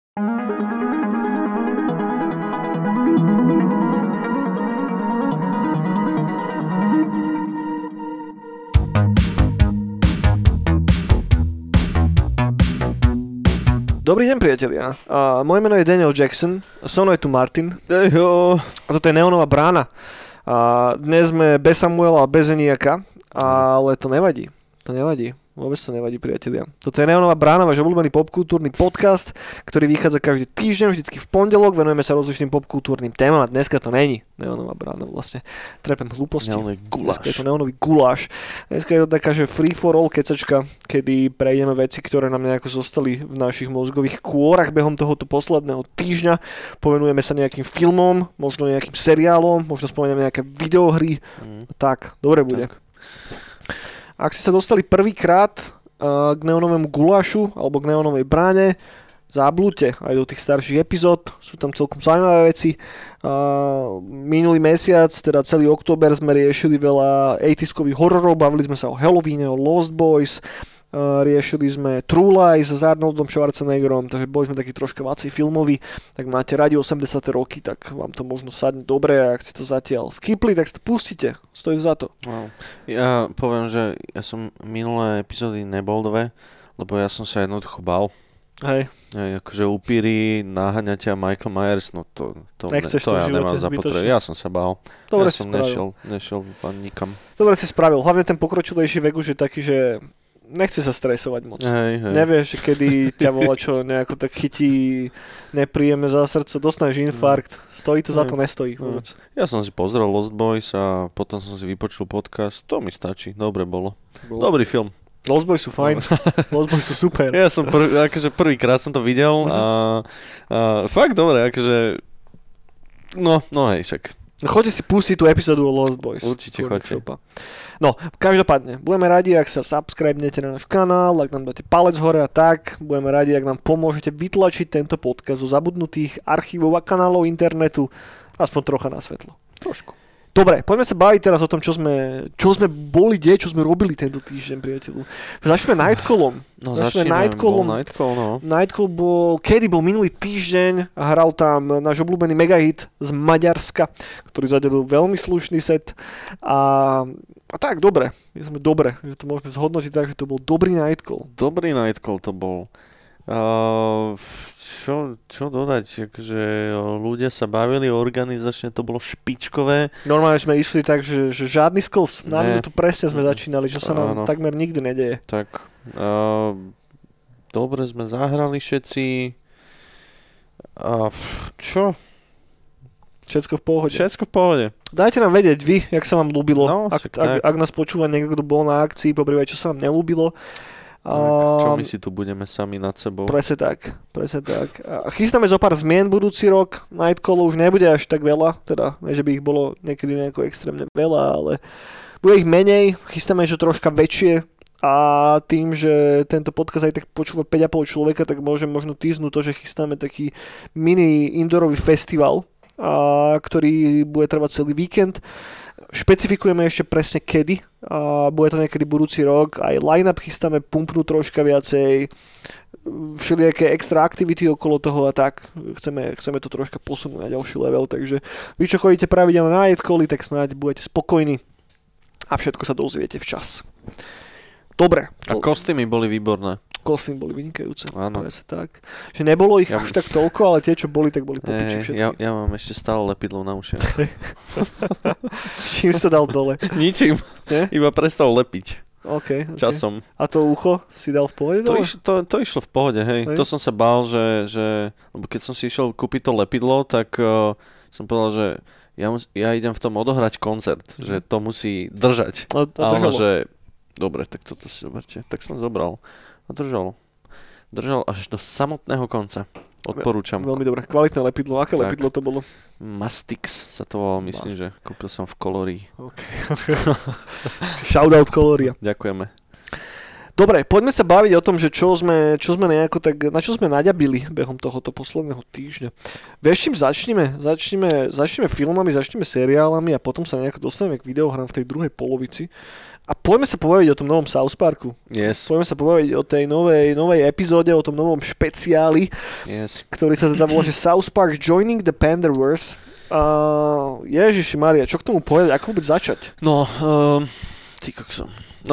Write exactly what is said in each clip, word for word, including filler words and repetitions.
Dobrý deň, priatelia. Uh, moje meno je Daniel Jackson, so mnou je tu Martin. Ejo. A toto je Neonová brána. Uh, dnes sme bez Samuela a bez Eniaka, ale to nevadí. To nevadí. Vôbec to nevadí, priatelia. Toto je Neonová brána, váš obľúbený popkultúrny podcast, ktorý vychádza každý týždeň, vždycky v pondelok. Venujeme sa rozličným popkultúrnym témam a dneska to není Neonová brána, vlastne trepem hlúposti. Neonový guláš. Dneska je to neonový guláš. Dneska je to taká, že free for all kecačka, kedy prejdeme veci, ktoré nám nejako zostali v našich mozgových kôrach behom tohoto posledného týždňa. Povenujeme sa nejakým filmom, možno nejakým seriálom, možno spomenieme nejaké videohry. Mm. Tak, dobre bude. Tak. Ak ste sa dostali prvýkrát uh, k neonovému gulášu alebo k neonovej bráne, zablúďte aj do tých starších epizód, sú tam celkom zaujímavé veci. Uh, minulý mesiac, teda celý október, sme riešili veľa osemdesiatkových hororov, bavili sme sa o Halloweene, o Lost Boys, uh, riešili sme True Lies s Arnoldom Schwarzeneggerom, takže boli sme takí troška vácej filmoví. Tak máte radi osemdesiate roky, tak vám to možno sadne dobre, a ak ste to zatiaľ skipli, tak si to pustíte, stojí za to. Wow. Ja poviem, že ja som minulé epizódy nebol dve, lebo ja som sa jednoducho bál. Hej. Aj, akože upíry, náhaňaťa Michael Myers, no to, to, ne, to, to ja nemám zbytočne. zapotreby. Ja som sa bál. Dobre ja si som spravil. nešiel, nešiel nikam. Dobre si spravil. Hlavne ten pokročilejší vek už je taký, že nechce sa stresovať moc. Hej, hej. Nevieš, kedy ťa volá čo nejako tak chytí nepríjemne za srdce, dostaneš infarkt. Stojí to za to, nestojí vôbec. Ja som si pozrel Lost Boys a potom som si vypočul podcast. To mi stačí. Dobre bolo. bolo. Dobrý film. Lost Boys sú fajn. Lost Boys sú super. Ja som prv, akože prvýkrát som to videl a, a fakt dobre, akože no, no hej, však. Choďte si pustiť tú epizódu o Lost Boys. Určite choďte. No, každopádne, budeme radi, ak sa subscribenete na náš kanál, ak nám dáte palec hore a tak. Budeme radi, ak nám pomôžete vytlačiť tento podcast zo zabudnutých archívov a kanálov internetu aspoň trocha na svetlo. Trošku. Dobre, poďme sa baviť teraz o tom, čo sme, čo sme boli deť, čo sme robili tento týždeň, priateľu. Začneme Nightcallom. No začneme, Nightcallom. bol Nightcall, no. Nightcall bol, kedy bol minulý týždeň a hral tam náš obľúbený megahit z Maďarska, ktorý zadelil veľmi slušný set. A, a tak, dobre, my sme dobre, že to môžeme zhodnotiť tak, že to bol dobrý Nightcall. Dobrý Nightcall to bol. Uh, čo, čo dodať, akože ľudia sa bavili, organizačne to bolo špičkové. Normálne sme išli tak, že, že žiadny skills, na minútu presne sme začínali, čo sa nám Áno. takmer nikdy nedeje. Tak, uh, dobre sme zahrali všetci. Uh, čo? Všetko v pohode. Všetko v pohode. Dajte nám vedieť vy, jak sa vám ľúbilo, No, ak, však ak, tak. ak nás počúva niekto, kto bol na akcii, poprvé, čo sa vám neľúbilo. Tak, čo Um, my si tu budeme sami nad sebou. Presne tak, presne tak. A chystáme zo pár zmien budúci rok. Nightcallov už nebude až tak veľa, teda nie, že by ich bolo niekedy nejako extrémne veľa, ale bude ich menej. Chystáme, že troška väčšie a tým, že tento podcast aj tak počúva päť a pol človeka, tak môžem možno týznúť to, že chystáme taký mini indoorový festival, a, ktorý bude trvať celý víkend. Špecifikujeme ešte presne kedy a bude to niekedy budúci rok. Aj line-up chystáme pumpnúť troška viacej, všelijaké extra aktivity okolo toho a tak. Chceme, chceme to troška posunúť na ďalší level, takže vy čo chodíte pravidelne na Nightcally, tak snáď budete spokojní a všetko sa dozviete včas. Dobre. A kostýmy boli výborné. Kostýmy boli vynikajúce. Áno. Tak. Že nebolo ich Ja- až tak toľko, ale tie, čo boli, tak boli po piči Eh, všetky. ja, ja mám ešte stále lepidlo na ušiach. Čím si to dal dole? Ničím. Nie? Iba prestal lepiť. Okay, okay. Časom. A to ucho si dal v pohode To, dole? iš, to, to išlo v pohode, hej. Hej. To som sa bál, že, že... Lebo keď som si išiel kúpiť to lepidlo, tak uh, som povedal, že ja, mus, ja idem v tom odohrať koncert. Mm. Že to musí držať. A, a A ono, držalo. že... Dobre, tak toto si zoberte. Tak som zobral. A držalo. Držal až do samotného konca. Odporúčam. Veľmi dobré. Kvalitné lepidlo. Aké Tak. lepidlo to bolo? Mastix sa to volalo, myslím, Mast- že kúpil som v Colorii. Okay. Shoutout Coloria. Ďakujeme. Dobre, poďme sa baviť o tom, že čo sme, čo sme nejako tak, na čo sme naďabili behom tohoto posledného týždňa. Vieš, čím začneme? Začneme, začneme filmami, začneme seriálami a potom sa nejako dostaneme k videohrám v tej druhej polovici. A poďme sa pobaviť o tom novom South Parku. Yes. Poďme sa pobaviť o tej novej, novej epizóde, o tom novom špeciáli, yes. ktorý sa teda volá, že South Park Joining the Panderverse. Uh, Ježiši Maria, čo k tomu povedať? Ako vôbec začať? No, um, ty kokso. No,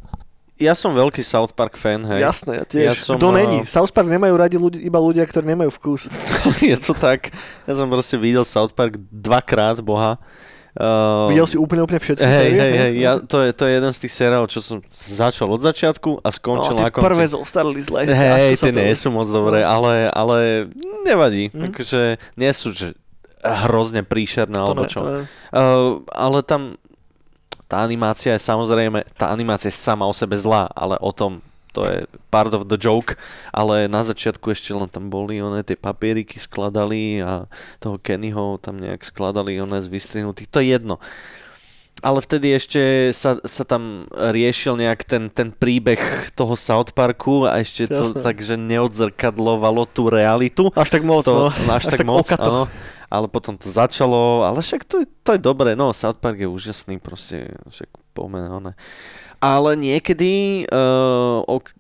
ja som veľký South Park fan, hej. Jasné, ja tiež. Ja som, Kto uh... není? South Park nemajú radi ľudí, iba ľudia, ktorí nemajú vkus. Je to tak. Ja som proste videl South Park dvakrát, boha. Uh, Videl si úplne, úplne všetky hej, série? Hej, hej, ja, to, je, to je jeden z tých seriálov, čo som začal od začiatku a skončil no, na konci. Prvé zostarli zle. Hej, tie nie sú moc dobré, ale, ale nevadí. Mm. Takže nie sú že hrozne príšerné, alebo čo. Ne, uh, ale tam tá animácia je samozrejme, tá animácia je sama o sebe zlá, ale o tom to je part of the joke, ale na začiatku ešte len tam boli oné tie papieriky skladali a toho Kennyho tam nejak skladali oné z vystrihnutých, to je jedno. Ale vtedy ešte sa, sa tam riešil nejak ten, ten príbeh toho South Parku a ešte to Jasné. tak, že neodzrkadlovalo tú realitu. Až tak moc, to, no. Až, až tak, tak moc, áno. Ale potom to začalo, ale však to, to je dobré, no, South Park je úžasný, proste, však pomenané. Ale niekedy uh, ok,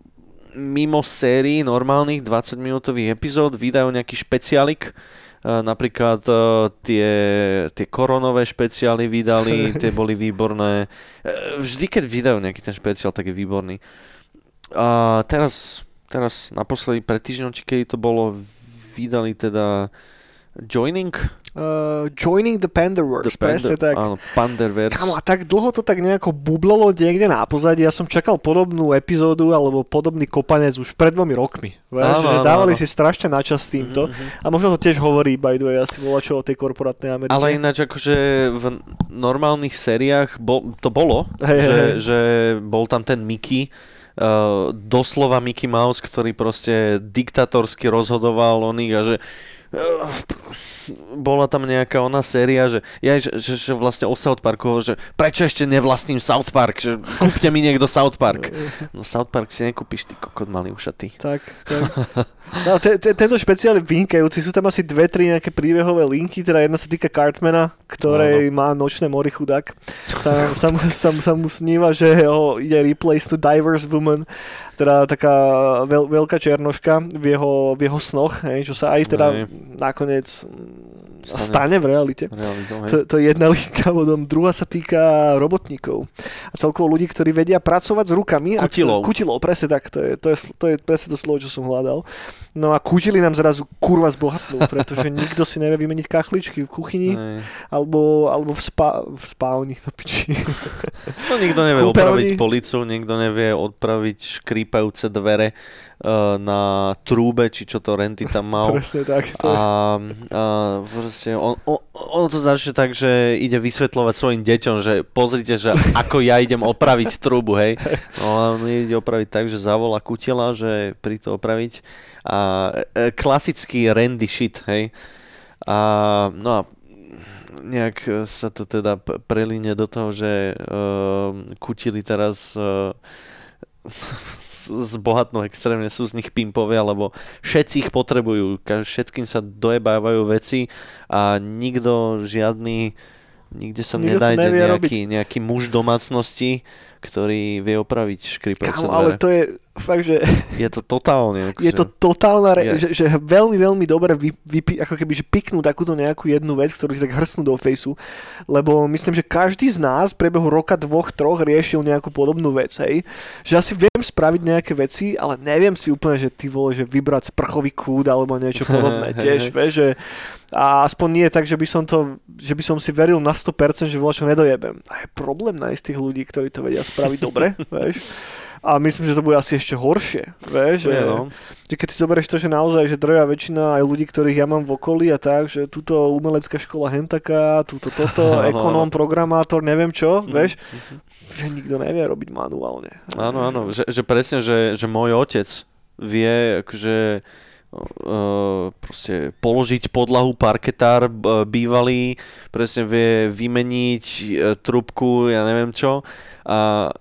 mimo sérií normálnych dvadsaťminútových epizód vydajú nejaký špeciálik. Uh, napríklad uh, tie, tie koronové špeciály vydali, tie boli výborné. Uh, vždy, keď vydajú nejaký ten špeciál, tak je výborný. A uh, teraz, teraz naposledy pred týždňom, či keď to bolo, vydali teda Joining? Uh, joining the Panderverse, the presne Pander, tak. Áno, Panderverse. Kámo, a tak dlho to tak nejako bublalo niekde na pozadí. Ja som čakal podobnú epizódu alebo podobný kopanec už pred dvomi rokmi. Vieš, Áno, že áno, dávali áno. si strašne na čas s týmto. Mm-hmm. A možno to tiež hovorí, by the way, asi volá čo o tej korporátnej Amerike. Ale ináč akože v normálnych sériách bol, to bolo, Hej, že, hej. že bol tam ten Mickey, uh, doslova Mickey Mouse, ktorý proste diktatorsky rozhodoval o nich a že uh, bola tam nejaká ona séria, že, ja, že, že, že vlastne o South Parku, že prečo ešte nevlastním South Park, že kúpte mi niekto South Park. No South Park si nekúpiš, ty kokot malý ušatý. Tak, tak. No, te, te, tento špeciál je vynikajúci, sú tam asi dve, tri nejaké príbehové linky, teda jedna sa týka Cartmana, ktorej no, no. má nočné mori chudák. Sa, sa, sa, sa mu sníva, že ho ide replace to diverse woman, teda taká veľ, veľká černoška v jeho, v jeho snoch, hej, čo sa aj teda hej. nakoniec stane, stane v realite. Realitou, to, to je jedna linka, potom druhá sa týka robotníkov a celkovo ľudí, ktorí vedia pracovať s rukami. Kutilov. Kutilov, presne tak, to je, to, je, to je presne to slovo, čo som hľadal. No a kutili nám zrazu kurva zbohatnú, pretože nikto si nevie vymeniť kachličky v kuchyni Nej. alebo, alebo v, spá, v spálni, to piči. No nikto nevie Kúpeľni. opraviť policu, nikto nevie odpraviť škrípajúce dvere uh, na trúbe, či čo to Renty tam mal. Presne tak. To a, a proste on, on, on to začne tak, že ide vysvetľovať svojim deťom, že pozrite, že ako ja idem opraviť trúbu, hej. No a on ide opraviť tak, že zavolá kutila, že pri to opraviť. A e, klasický Randy shit, hej. A no a nejak sa to teda prelíne do toho, že uh, kutili teraz uh, zbohatnú extrémne, sú z nich pimpovia, lebo všetci ich potrebujú, všetkým sa dojebávajú veci a nikto žiadny, nikde sa nikto nedájde nejaký, nejaký muž domácnosti, ktorý vie opraviť škripajúce dvere. Ale to je fakt, že je to totálne. Je to totálna, re- je. že, že veľmi, veľmi dobre vy, vy, ako keby, že piknú takúto nejakú jednu vec, ktorú si tak hrstnú do fejsu, lebo myslím, že každý z nás v priebehu roka, dvoch, troch riešil nejakú podobnú vec, hej. Že asi viem spraviť nejaké veci, ale neviem si úplne, že ty vole, že vybrať sprchový kút alebo niečo podobné, tiež, vieš, že a aspoň nie tak, že by som to, že by som si veril na sto percent, že voľačo nedojebem. A je problém nájsť tých ľudí, ktorí to vedia spraviť dobre, vieš. A myslím, že to bude asi ešte horšie, vieš, že, no. že keď si zoberieš to, že naozaj, že drvia väčšina aj ľudí, ktorých ja mám v okolí a tak, že túto umelecká škola hentaká, túto toto, ekonóm, programátor, neviem čo, vieš, že nikto nevie robiť manuálne. Áno, áno, že, že presne, že, že môj otec vie, akože Uh, proste položiť podlahu, parketár bývalý, presne vie vymeniť uh, trubku, ja neviem čo a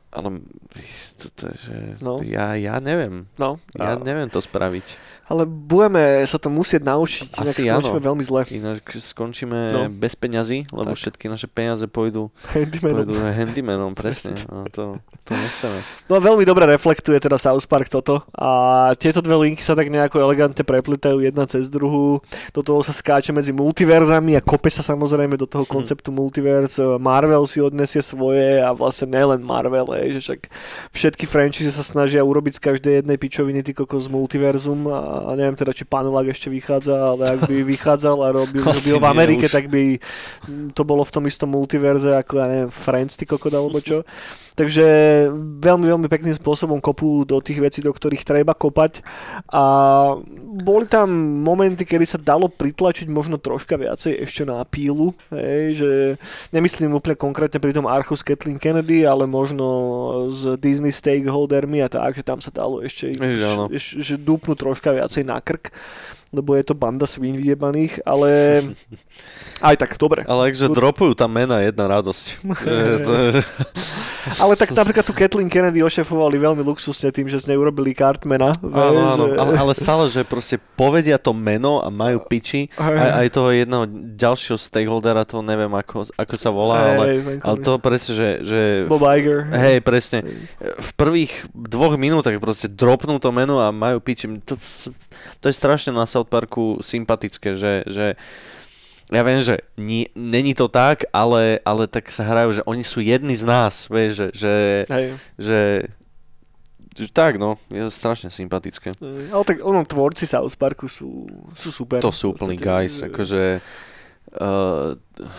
Ale to, to, že No. ja, ja neviem. No. Ja A- neviem to spraviť. Ale budeme sa to musieť naučiť, inak Asi skončíme áno. veľmi zle. Ináč skončíme No. bez peňazí, lebo Tak. všetky naše peniaze pôjdu, Handymanom. pôjdu handymanom, presne. No, to, to nechceme. No veľmi dobre reflektuje teda South Park toto a tieto dve linky sa tak nejako elegantne prepletajú jedna cez druhú. Do toho sa skáče medzi multiverzami a kope sa samozrejme do toho konceptu multiverse. Marvel si odnesie svoje a vlastne nelen Marvel, hej, že však všetky franchise sa snažia urobiť z každej jednej pičoviny ty kokos multiverzum a neviem teda, či Panelák ešte vychádza, ale ak by vychádzal a robil, Asi robil v nie Amerike, už. tak by to bolo v tom istom multiverze ako, ja neviem, Friends, ty kokot alebo čo. Takže veľmi, veľmi pekným spôsobom kopú do tých vecí, do ktorých treba kopať a boli tam momenty, kedy sa dalo pritlačiť možno troška viacej ešte na pílu, hej, že nemyslím úplne konkrétne pri tom archu s Kathleen Kennedy, ale možno s Disney stakeholdermi a tak, že tam sa dalo ešte Ježiš, áno. že, že dúpnú troška viacej na krk, lebo je to banda svín vyjebaných, ale aj tak, dobre. Ale akže dropujú tam mena, jedna radosť. Že to, Ale tak napríklad tu Kathleen Kennedy ošefovali veľmi luxusne tým, že z nej urobili Cartmana. áno, áno, že... ale, ale stále, že proste povedia to meno a majú piči. Aj, aj toho jedného ďalšieho stakeholdera, to neviem, ako, ako sa volá, ale, Hej, ale to presne, že... že Bob Iger. Hej, presne. V prvých dvoch minútach proste dropnú to meno a majú piči. To, to je strašne na South Parku sympatické, že, že ja viem, že nie, není to tak, ale, ale tak sa hrajú, že oni sú jedni z nás, vieš, že, že, Hej. že, že tak, no, je to strašne sympatické. Ale tak ono, tvorci South Parku sú, sú super. To sú úplný guys, akože uh,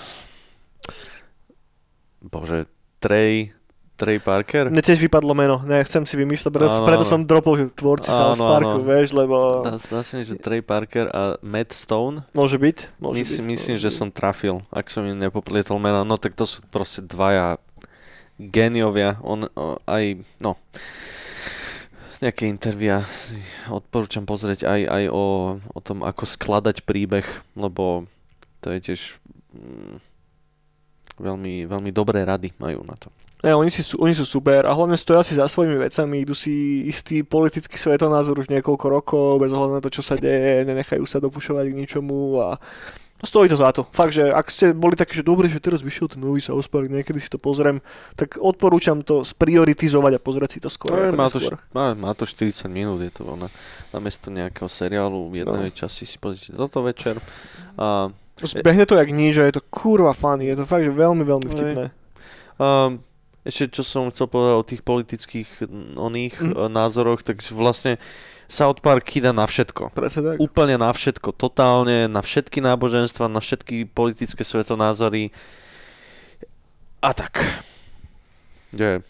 bože, Trey Trey Parker? Mne tiež vypadlo meno, nechcem si vymýšľať, preto, Áno, preto áno. som dropol tvorci Áno, South Parku, áno. vieš, lebo Dá, dá sa mi, že Trey Parker a Matt Stone? môže byť. Môže Myslím, byť, myslím môže že byť. som trafil, ak som im nepoplietol mena. No tak to sú proste dvaja géniovia. On o, aj, no, nejaké intervia si odporúčam pozrieť aj, aj o, o tom, ako skladať príbeh, lebo to je tiež mm, veľmi, veľmi dobré rady majú na to. Ne, oni, si, sú- oni sú super a hlavne stoja si za svojimi vecami, idú si istý politický svetonázor už niekoľko rokov, bez ohľadu na to, čo sa deje, nenechajú sa dopušovať k ničomu a stojí to za to. Fakt, že ak ste boli takí, že dobre, že teraz vyšiel ten nový South Park, niekedy si to pozriem, tak odporúčam to sprioritizovať a pozrieť si to skôr. No, ako má, to, neskôr. št- má, má to štyridsať minút, je to na, namiesto nejakého seriálu v jednej No. časti si pozrite toto večer. A, Zbehne to jak níž a je to kurva funny, je to fakt, že veľmi, veľmi Hej. vtipné. a ešte čo som chcel povedať o tých politických mm, oných Mm. mm. názoroch, tak vlastne South Park chýda na všetko. Presne tak. Úplne na všetko, totálne, na všetky náboženstva, na všetky politické svetonázory. A tak. Je.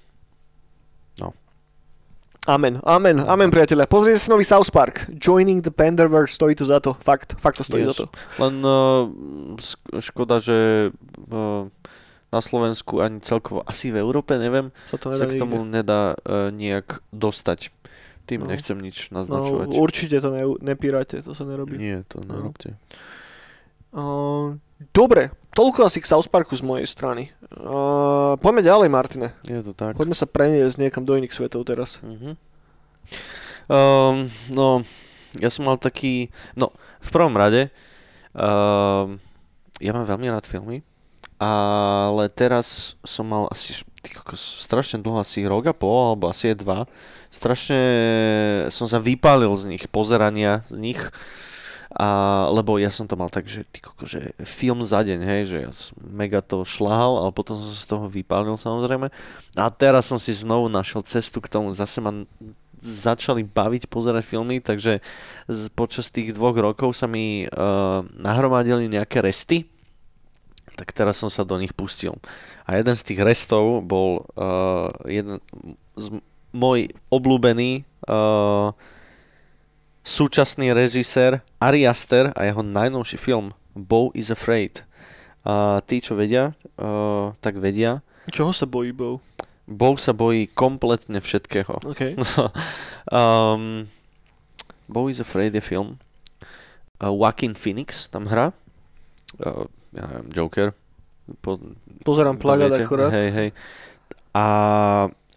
Amen, amen, amen priatelia. Pozrite si nový South Park. Joining the Panderverse, stojí to za to. Fakt, fakt to stojí Yes. za to. Len uh, sk- škoda, že uh, na Slovensku ani celkovo, asi v Európe, neviem, Sa to sa nedá k tomu nikde. nedá uh, nejak dostať. Tým No. nechcem nič No, naznačovať. určite to ne, nepíráte, to sa nerobí. Nie, to No. nerobte. Uh, dobre, toľko asi k South Parku z mojej strany. Uh, poďme ďalej, Martine. Je to tak. Poďme sa preniesť niekam do iných svetov teraz. Mhm. Um, no, ja som mal taký... No, v prvom rade, um, ja mám veľmi rád filmy, ale teraz som mal asi ty kokos, strašne dlho, asi rok a pol, alebo asi aj dva. Strašne som sa vypálil z nich, pozerania z nich. A, lebo ja som to mal tak, že, ty koko, že film za deň, hej, že ja som mega to šľahal, ale potom som sa z toho vypálil samozrejme. A teraz som si znovu našiel cestu k tomu, zase ma začali baviť pozerať filmy, takže z, počas tých dvoch rokov sa mi uh, nahromadili nejaké resty, tak teraz som sa do nich pustil. A jeden z tých restov bol uh, jeden z môj obľúbený uh, súčasný režisér Ari Aster a jeho najnovší film Beau is Afraid. A tí, čo vedia, uh, tak vedia. Čoho sa bojí, Bo? Beau sa bojí kompletne všetkého. Okay. um, Beau is Afraid je film. Uh, Joaquin Phoenix tam hrá. Uh, ja neviem, Joker. Po, Pozerám plagát viete? akurát. Hej, hej. A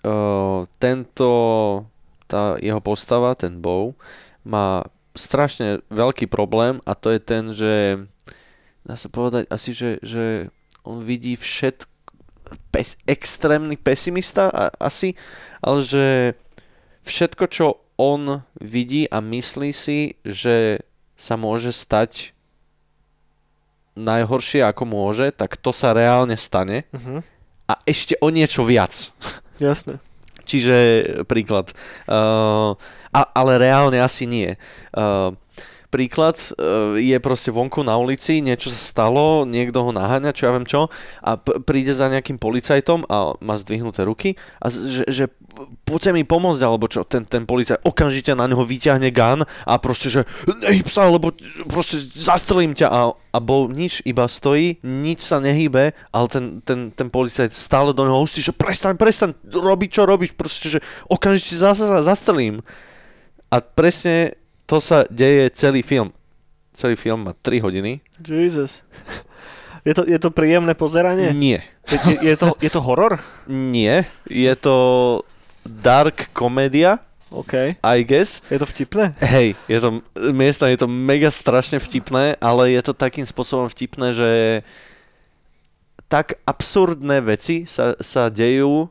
uh, tento, tá jeho postava, ten Beau, má strašne veľký problém a to je ten, že dá sa povedať asi, že, že on vidí všetko, pes, extrémny pesimista a, asi, ale že všetko, čo on vidí a myslí si, že sa môže stať najhoršie ako môže, tak to sa reálne stane Uh-huh. a ešte o niečo viac. Jasné. Čiže príklad, uh, a, ale reálne asi nie. Uh, príklad uh, je proste vonku na ulici, niečo sa stalo, niekto ho naháňa, čo ja viem čo, a p- príde za nejakým policajtom a má zdvihnuté ruky a z- že, že poďte mi pomôcť, alebo čo, ten, ten policajt okamžite na neho vyťahne gun a proste, že nehyb sa, lebo proste zastrelím ťa a, a bol nič, iba stojí, nič sa nehýbe, ale ten, ten, ten policajt stále do neho hustí, že prestaň, prestaň, robiť čo robíš, proste, že okamžite zase zastrelím. A presne to sa deje celý film. Celý film má tri hodiny. Jesus. Je to, je to príjemné pozeranie? Nie. Je, je, je, to, je to horor? Nie. Je to dark komédia, OK. I guess. Je to vtipné? Hej, je to, miesta je to mega strašne vtipné, ale je to takým spôsobom vtipné, že tak absurdné veci sa, sa dejú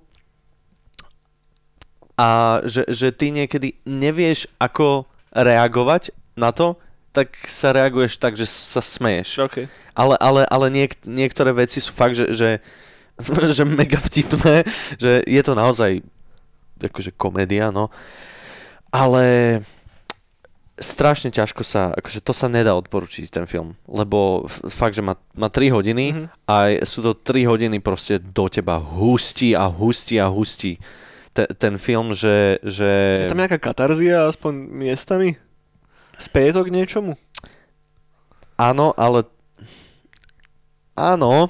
a že, že ty niekedy nevieš, ako reagovať na to, tak sa reaguješ tak, že sa smeješ. OK. Ale, ale, ale niek- niektoré veci sú fakt, že, že, že mega vtipné, že je to naozaj akože komédia, no. Ale strašne ťažko sa, akože to sa nedá odporučiť ten film, lebo fakt, že má, má tri hodiny mm-hmm. a sú to tri hodiny proste do teba hustí a hustí a hustí. Ten, ten film, že, že... Je tam nejaká katarzia aspoň miestami? Speje to k niečomu? Áno, ale... Áno.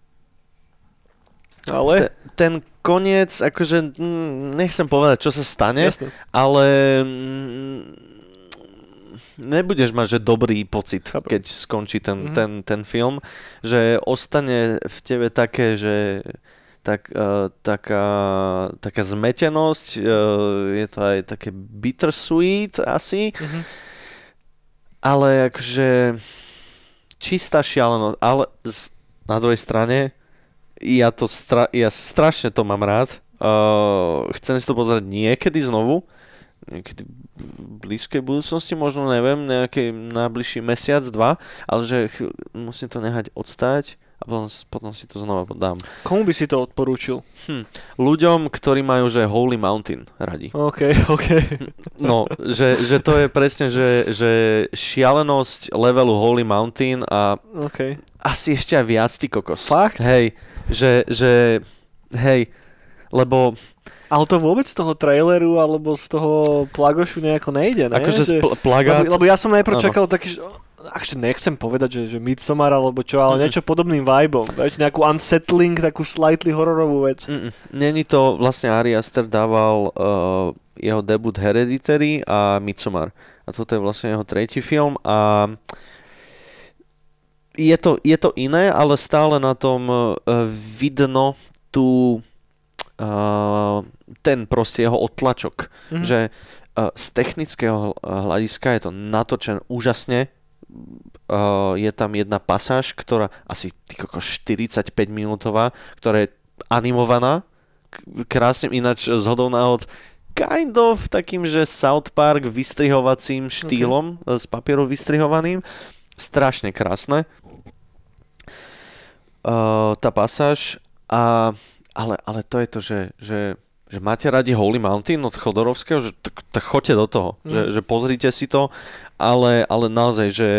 Ale? T- ten koniec, akože mm, nechcem povedať, čo sa stane, Jasne. ale mm, nebudeš mať, že dobrý pocit, Chápem. keď skončí ten, Mhm. ten, ten film, že ostane v tebe také, že tak, uh, taká, taká zmetenosť, uh, je to aj také bittersweet asi, Mhm. ale akože čistá šialenosť, ale z, na druhej strane ja to stra- ja strašne to mám rád. Uh, chcem si to pozrieť niekedy znovu. Niekedy v blízkej budúcnosti, možno neviem, nejaký najbližší mesiac, dva, ale že ch- musím to nehať odstáť a potom, potom si to znova dám. Komu by si to odporúčil? Hm. Ľuďom, ktorí majú, že Holy Mountain radi. OK, OK. No, že, že to je presne, že, že šialenosť levelu Holy Mountain a OK. asi ešte aj viac, ty kokos. Fakt? Hej, že, že, hej, lebo... Ale to vôbec z toho traileru alebo z toho plagošu nejako nejde, ne? Akože Že- pl- plagát... Lebo, lebo ja som najprv Áno. čakal taký, že akože nechcem povedať, že, že Midsommar alebo čo, ale Mhm. niečo podobným vibeom. Vieš, nejakú unsettling, takú slightly hororovú vec. Mm-mm. Není to, vlastne Ari Aster dával uh, jeho debut Hereditary a Midsommar. A toto je vlastne jeho tretí film a je to, je to iné, ale stále na tom uh, vidno tú uh, ten proste jeho odtlačok. Mhm. Že uh, z technického hľadiska je to natočené úžasne. Uh, je tam jedna pasáž, ktorá asi ty kokos štyridsaťpäť minútová, ktorá je animovaná, k- krásne, ináč zhodou náhod kind of takým, že South Park vystrihovacím štýlom, okay. s papierov vystrihovaným. Strašne krásne. Uh, tá pasáž a, ale, ale to je to, že, že, že máte radi Holy Mountain od Chodorovského, že tak, tak choďte do toho, mm. že, že pozrite si to, ale, ale naozaj, že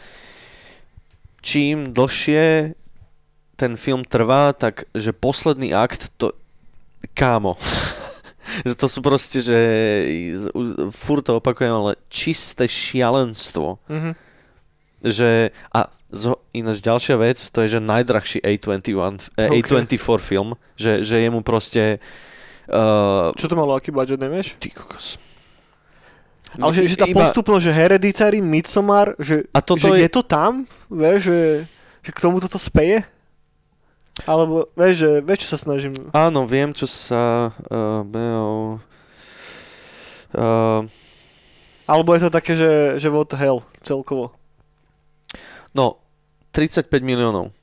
čím dlhšie ten film trvá, tak že posledný akt to kámo že to sú proste, že furt to opakujem, ale čisté šialenstvo. Mhm. Že, a zo, ináč ďalšia vec, to je, že najdrahší á dvadsaťjeden, eh, Okay. á dvadsaťštyri film, že, že je mu proste uh, Čo to malo, aký budget, nevieš? ty kokos. Ale že, že tá Iba- postupno, že Hereditary, Midsommar, že, A toto že je- je to tam, vieš, že, že k tomu toto speje? Alebo, vieš, že, vieš, čo sa snažím? Áno, viem, čo sa... Uh, Beo... Uh, Alebo je to také, že, že what the hell celkovo? no, tridsaťpäť miliónov.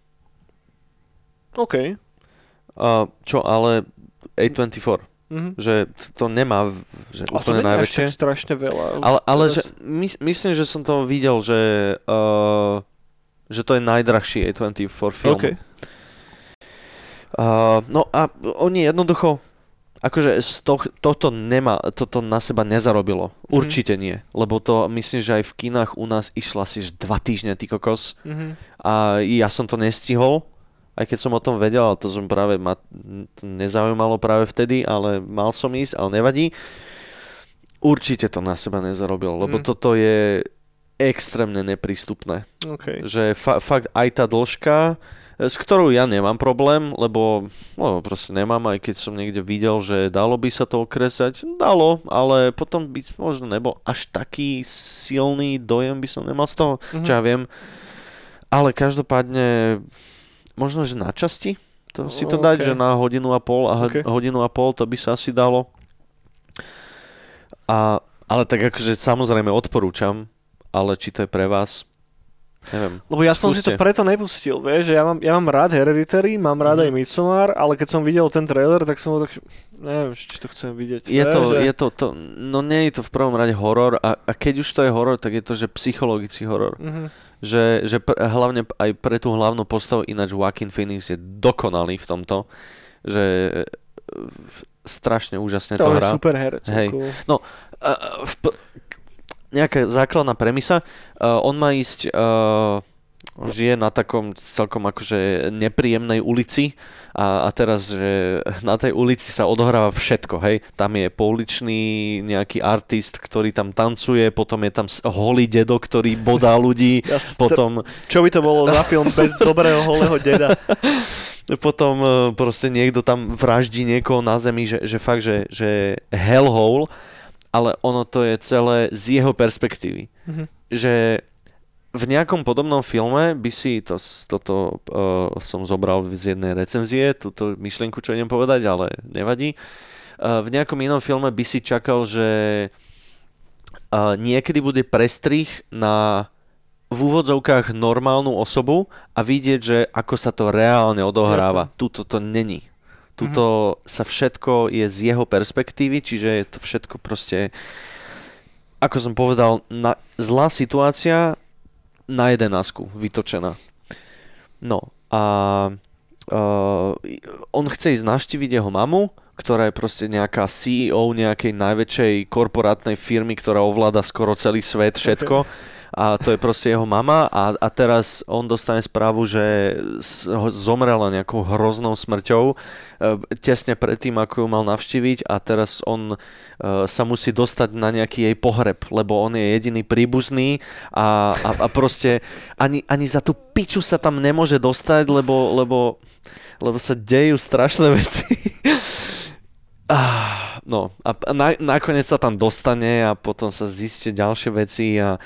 OK. Uh, čo, ale á dvadsaťštyri. Mhm. Že to nemá že A to úplne nie je najväčšie. ešte strašne veľa. Ale, ale Teraz- že, my, myslím, že som to videl, že, uh, že to je najdrahší á dvadsaťštyri film. OK. Uh, no a oni jednoducho, akože z to, toto nemá, toto na seba nezarobilo. Určite nie. Lebo to myslím, že aj v kinách u nás išla asi že dva týždne, ty kokos. Mhm. A ja som to nestihol, aj keď som o tom vedel, ale to som práve ma to nezaujímalo práve vtedy, ale mal som ísť, ale nevadí. Určite to na seba nezarobilo, lebo Mm. toto je extrémne neprístupné. OK. Že fa- fakt aj tá dĺžka, s ktorou ja nemám problém, lebo no, proste nemám, aj keď som niekde videl, že dalo by sa to okresať, dalo, ale potom by možno nebol až taký silný dojem by som nemal z toho, Mhm. čo ja viem. Ale každopádne možno, že na časti to si to OK. dať, že na hodinu a pol a OK. hodinu a pol to by sa asi dalo. A, ale tak akože samozrejme odporúčam, ale či to je pre vás, neviem. Lebo ja som si to Skúste. preto nepustil, vieš, že ja mám, ja mám rád Hereditary, mám rád aj Mhm. Midsommar, ale keď som videl ten trailer, tak som bol tak, že neviem, či to chcem vidieť. Je vieš, to, že... je to, to, no nie je to v prvom rade horor a, a keď už to je horor, tak je to, že psychologický horor. Mhm. Že, že pr- hlavne aj pre tú hlavnú postavu, ináč Joaquin Phoenix je dokonalý v tomto, že e, v- strašne úžasne to, To je hrá. super herec. Hej. ako- A, a, v, p- nejaká základná premisa, uh, on má ísť, uh, on žije na takom celkom akože nepríjemnej ulici a, a teraz, že na tej ulici sa odohráva všetko, hej. Tam je pouličný nejaký artist, ktorý tam tancuje, potom je tam s- holý dedo, ktorý bodá ľudí, Ja s- potom, Čo by to bolo za film bez dobrého holého deda? potom uh, proste niekto tam vraždí niekoho na zemi, že, že fakt, že, že hellhole, ale ono to je celé z jeho perspektívy. Mhm. Že v nejakom podobnom filme by si to, toto uh, som zobral z jednej recenzie, túto myšlienku, čo idem povedať, ale nevadí. Uh, v nejakom inom filme by si čakal, že uh, niekedy bude prestrih na v úvodzovkách normálnu osobu a vidieť, že ako sa to reálne odohráva. Tuto to není. Tuto mm-hmm. sa všetko je z jeho perspektívy, čiže je to všetko proste, ako som povedal, na, zlá situácia na jedenásku vytočená. No a uh, on chce ísť navštíviť jeho mamu, ktorá je proste nejaká sí í ó nejakej najväčšej korporátnej firmy, ktorá ovláda skoro celý svet, všetko. Okay. A to je proste jeho mama a, a teraz on dostane správu, že s- ho- zomrela nejakou hroznou smrťou e, tesne predtým, ako ju mal navštíviť a teraz on e, sa musí dostať na nejaký jej pohreb, lebo on je jediný príbuzný a, a, a proste ani, ani za tú piču sa tam nemôže dostať, lebo, lebo, lebo sa dejú strašné veci. Ah, no a a na, nakoniec sa tam dostane a potom sa zistia ďalšie veci a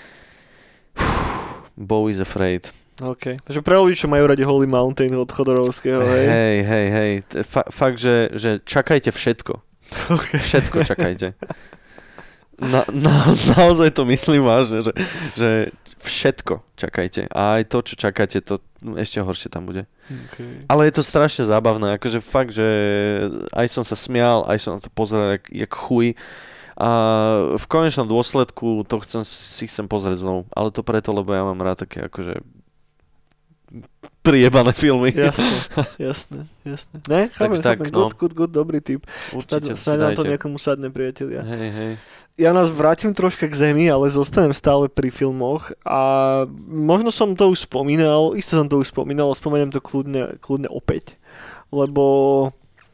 Beau is Afraid. OK. Takže pre ľudí, čo majú radi Holy Mountain od Chodorovského, hej? Hej, hej, hej. T- Fa- fakt, že, že čakajte všetko. Okay. Všetko čakajte. Na, na, naozaj to myslím vážne, že, že všetko čakajte. A aj to, čo čakáte, to ešte horšie tam bude. Okay. Ale je to strašne zábavné, akože fakt, že aj som sa smial, aj som na to pozeral jak, jak chuj. A v konečnom dôsledku to chcem, si chcem pozrieť znovu. Ale to preto, lebo ja mám rád také akože priebané filmy. Jasné, jasné, jasné. Ne, chápem, Takže tak, chápem. no. Good, good, good, dobrý tip. Určite Snáď, si snáď nám to dajte. niekomu sadne, priatelia. Hej, hej. Ja nás vrátim troška k zemi, ale zostanem stále pri filmoch a možno som to už spomínal, isto som to už spomínal, ale spomeniem to kľudne, kľudne opäť, lebo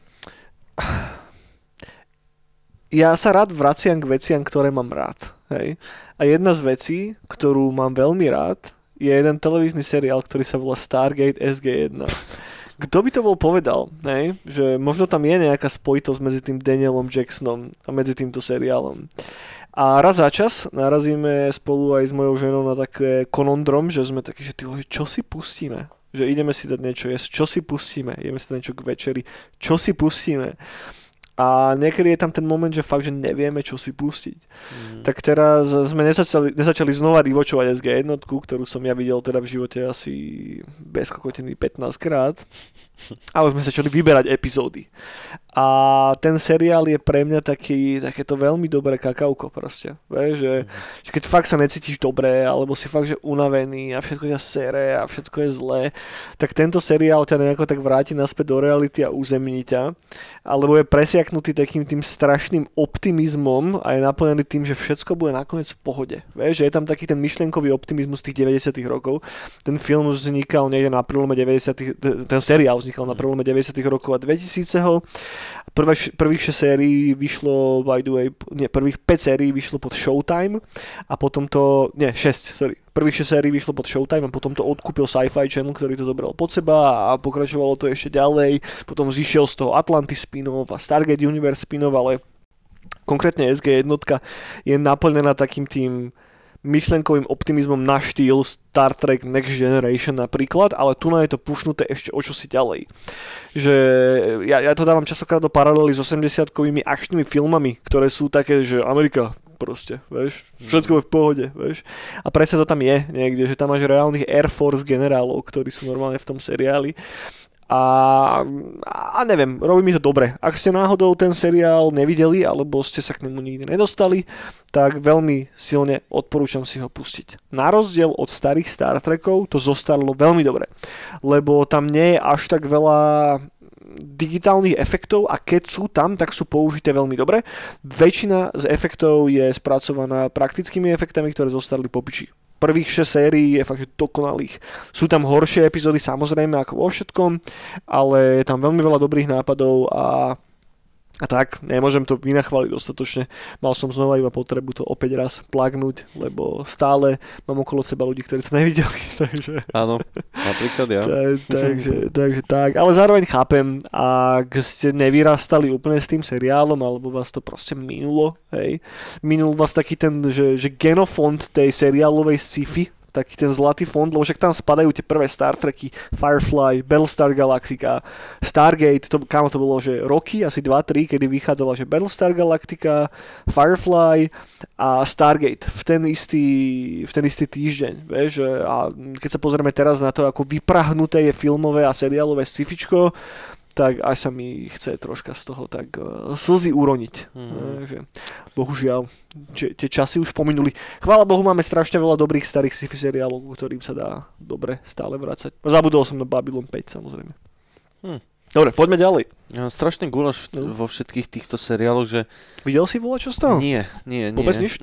ja sa rád vraciam k veciam, ktoré mám rád. Hej? A jedna z vecí, ktorú mám veľmi rád, je jeden televízny seriál, ktorý sa volá Stargate es gé jeden. Kto by to bol povedal, hej? Že možno tam je nejaká spojitosť medzi tým Danielom Jacksonom a medzi týmto seriálom. A raz za čas narazíme spolu aj s mojou ženou na také konondrom, že sme takí, že ty vole, čo si pustíme? že ideme si dať niečo jesť, čo si pustíme, ideme si dať niečo k večeri, čo si pustíme. A niekedy je tam ten moment, že fakt, že nevieme, čo si pustiť. Mm. Tak teraz sme nezačali, nezačali znova rewatchovať es gé jedna, ktorú som ja videl teda v živote asi bez kokotiny pätnásť krát. Ale sme začali vyberať epizódy. A ten seriál je pre mňa taký, takéto veľmi dobré kakauko proste. Vieš, že, mm. že keď fakt sa necítiš dobre, alebo si fakt, že unavený a všetko ťa sere a všetko je zlé, tak tento seriál ťa nejako tak vráti naspäť do reality a uzemní ťa. Alebo je presiaknutý takým tým strašným optimizmom a je naplnený tým, že všetko bude nakoniec v pohode. Vieš, že je tam taký ten myšlienkový optimizmus tých deväťdesiatych rokov. Ten film vznikal niekde na prelome deväťdesiatych ten seriál vznikal na prelome deväťdesiatych rokov a dvetisíc. Prvé, prvých šesť sérií vyšlo, by the way, nie, prvých päť sérií vyšlo pod Showtime a potom to, nie, šesť, sorry, prvých šesť sérií vyšlo pod Showtime a potom to odkúpil Sci-Fi Channel, ktorý to dobral pod seba a pokračovalo to ešte ďalej, potom zišiel z toho Atlantis spin-off a Stargate Universe spin-off, ale konkrétne es gé jedna je naplnená takým tým myšlenkovým optimizmom na štýl Star Trek Next Generation napríklad, ale tu na je to pušnuté ešte o čosi ďalej. Že ja, ja to dávam častokrát do paralely s osemdesiatkovými akčnými filmami, ktoré sú také, že Amerika proste, vieš, všetko je v pohode, vieš. A presne to tam je niekde, že tam máš reálnych Air Force generálov, ktorí sú normálne v tom seriáli. A, a neviem, robí mi to dobre. Ak ste náhodou ten seriál nevideli, alebo ste sa k nemu nikdy nedostali, tak veľmi silne odporúčam si ho pustiť. Na rozdiel od starých Star Trekov to zostalo veľmi dobre, lebo tam nie je až tak veľa digitálnych efektov a keď sú tam, tak sú použité veľmi dobre. Väčšina z efektov je spracovaná praktickými efektami, ktoré zostali po piči. Prvých šesť sérií je fakt, že dokonalých. Sú tam horšie epizódy samozrejme ako vo všetkom, ale je tam veľmi veľa dobrých nápadov a, a tak, nemôžem to vynachváliť dostatočne. Mal som znova iba potrebu to opäť raz plagnúť, lebo stále mám okolo seba ľudí, ktorí to nevideli. Takže... Áno, napríklad ja. Tak, takže, takže tak, ale zároveň chápem, ak ste nevyrastali úplne s tým seriálom, alebo vás to proste minulo, hej. Minul vás taký ten, že, že genofond tej seriálovej sci-fi, taký ten zlatý fond, lebo však tam spadajú tie prvé Star Treky, Firefly, Battlestar Galactica, Stargate, to, kámo to bolo, že roky, asi dva tri, kedy vychádzala, že Battlestar Galactica, Firefly a Stargate v ten istý, v ten istý týždeň, vieš, a keď sa pozrieme teraz na to, ako vyprahnuté je filmové a seriálové sci-fičko, tak aj sa mi chce troška z toho tak uh, slzy uroniť. Mm. Takže, bohužiaľ, či, tie časy už pominuli. Chvála Bohu, máme strašne veľa dobrých starých sci-fi seriálov, ktorým sa dá dobre stále vracať. Zabudol som na Babylon päť, samozrejme. Mm. Dobre, poďme ďalej. Ja, strašne gulaš no. vo všetkých týchto seriáloch, že... Videl si volačo z toho? Nie, nie, nie. Vôbec nič?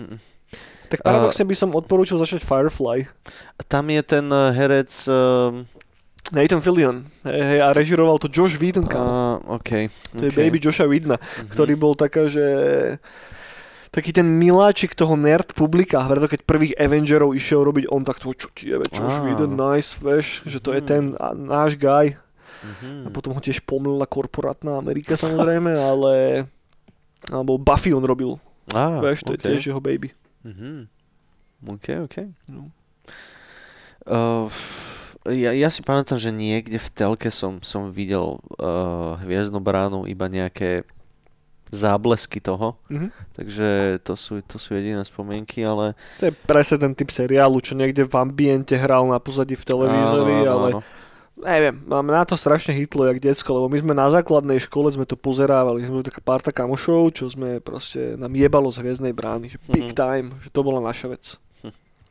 Tak paradoxne by som odporúčil začať Firefly. Tam je ten herec... Uh... Nathan Fillion. Hej, hej, a režiroval to Josh Whedon. Uh, okay, to okay. je baby Josha Whedona, uh-huh. ktorý bol taká, že... taký ten miláčik toho nerd publika. Preto keď prvých Avengerov išiel robiť on, tak to čo ti je, Josh ah. Whedon, nice, vieš, že to uh-huh. je ten a, náš guy. Uh-huh. A potom ho tiež pomlila korporátna Amerika, samozrejme, ale... alebo Buffy on robil. Ah, vieš, to okay. je tiež jeho baby. Uh-huh. OK, OK. No. Uh... Ja, ja si pamätám, že niekde v telke som, som videl uh, Hviezdnu bránu, iba nejaké záblesky toho, mm-hmm. takže to sú, to sú jediné spomienky, ale... To je presne ten typ seriálu, čo niekde v ambiente hral na pozadí v televízori, áno, áno, ale áno. Neviem, máme na to strašne hitlo, jak decko, lebo my sme na základnej škole sme to pozerávali, sme taká párta kamošov, čo sme proste, nám jebalo z Hviezdnej brány, že big mm-hmm. time, že to bola naša vec. Hm.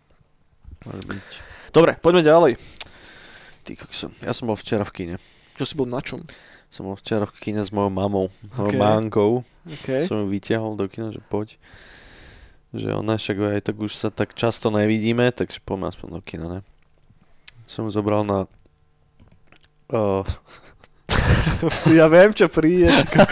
Dobre, poďme ďalej. Ty, som, ja som bol včera v kine. Čo si bol na čom? Som bol včera v kine s mojou mamou, mojou okay. mánkou. Okay. Som ju vyťahol do kina, že poď. Že ona však aj tak už sa tak často nevidíme, takže poďme aspoň do kina, ne? Som ju zobral na... Uh... ja viem, čo príde.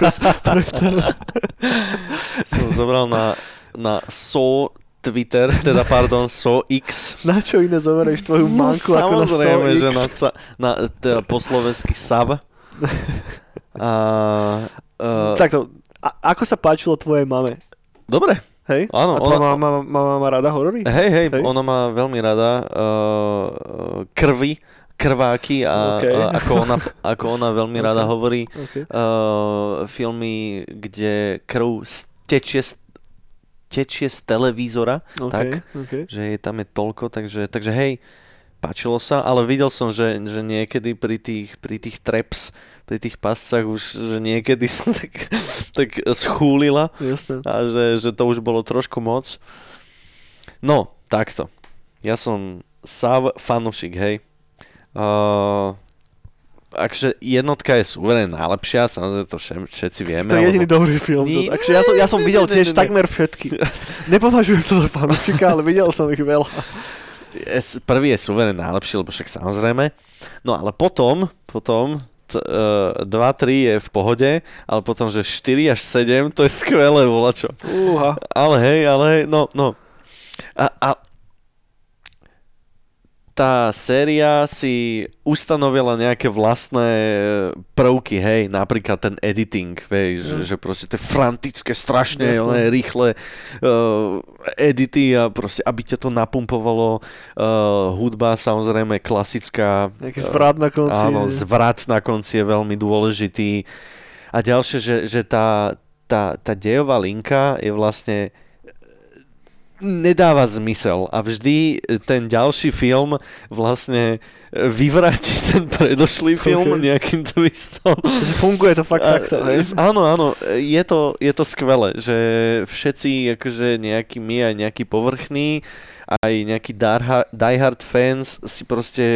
Som zobral na, na So... Twitter, teda pardon, So X. Na čo iné zoberieš tvoju no, manku ako na So X? Samozrejme, že na, na teda po slovensky Sav. A, uh, Takto, a, ako sa páčilo tvojej mame? Dobre. Hej? Áno. A tvoja ona, mama, mama má rada horory? Hej, hej, hej, ona má veľmi rada uh, krvi, krváky a, Okay. a ako, ona, ako ona veľmi Okay. rada hovorí, Okay. uh, filmy, kde krv tečie, tečie z televízora, Okay. tak, Okay. že je tam je toľko, takže, takže hej, páčilo sa, ale videl som, že, že niekedy pri tých, pri tých traps, pri tých pascach už, že niekedy som tak, tak schúlila Jasné. a že, že to už bolo trošku moc. No, takto. Ja som Sav fanušik, hej. Uh, akže jednotka je suverénne najlepšia, samozrejme to všem, všetci vieme. To je jediný alebo... dobrý film. Nie, To, akže ja som, ja som nie, videl nie, tiež nie, nie. takmer všetky. Nepovažujem sa za fanúšika, ale videl som ich veľa. Prvý je suverénne najlepší, lebo však samozrejme. No ale potom, potom t- uh, dva tri je v pohode, ale potom, že štyri až sedem, to je skvelé, volačo. Úha. Ale hej, ale hej, no, no. A, a tá séria si ustanovila nejaké vlastné prvky, hej, napríklad ten editing, vieš, mm. že, že proste tie frantické, strašne oné, rýchle uh, edity a proste, aby ťa to napumpovalo, uh, hudba, samozrejme, klasická. Nejaký zvrat na konci. Áno, zvrat na konci je veľmi dôležitý. A ďalšie, že, že tá, tá, tá dejová linka je vlastne nedáva zmysel a vždy ten ďalší film vlastne vyvráti ten predošlý film Okay. nejakým twistom. Funguje to fakt A, takto, hej? áno, áno, je to, je to skvelé, že všetci akože nejakí my aj nejakí povrchní, aj nejakí diehard fans si proste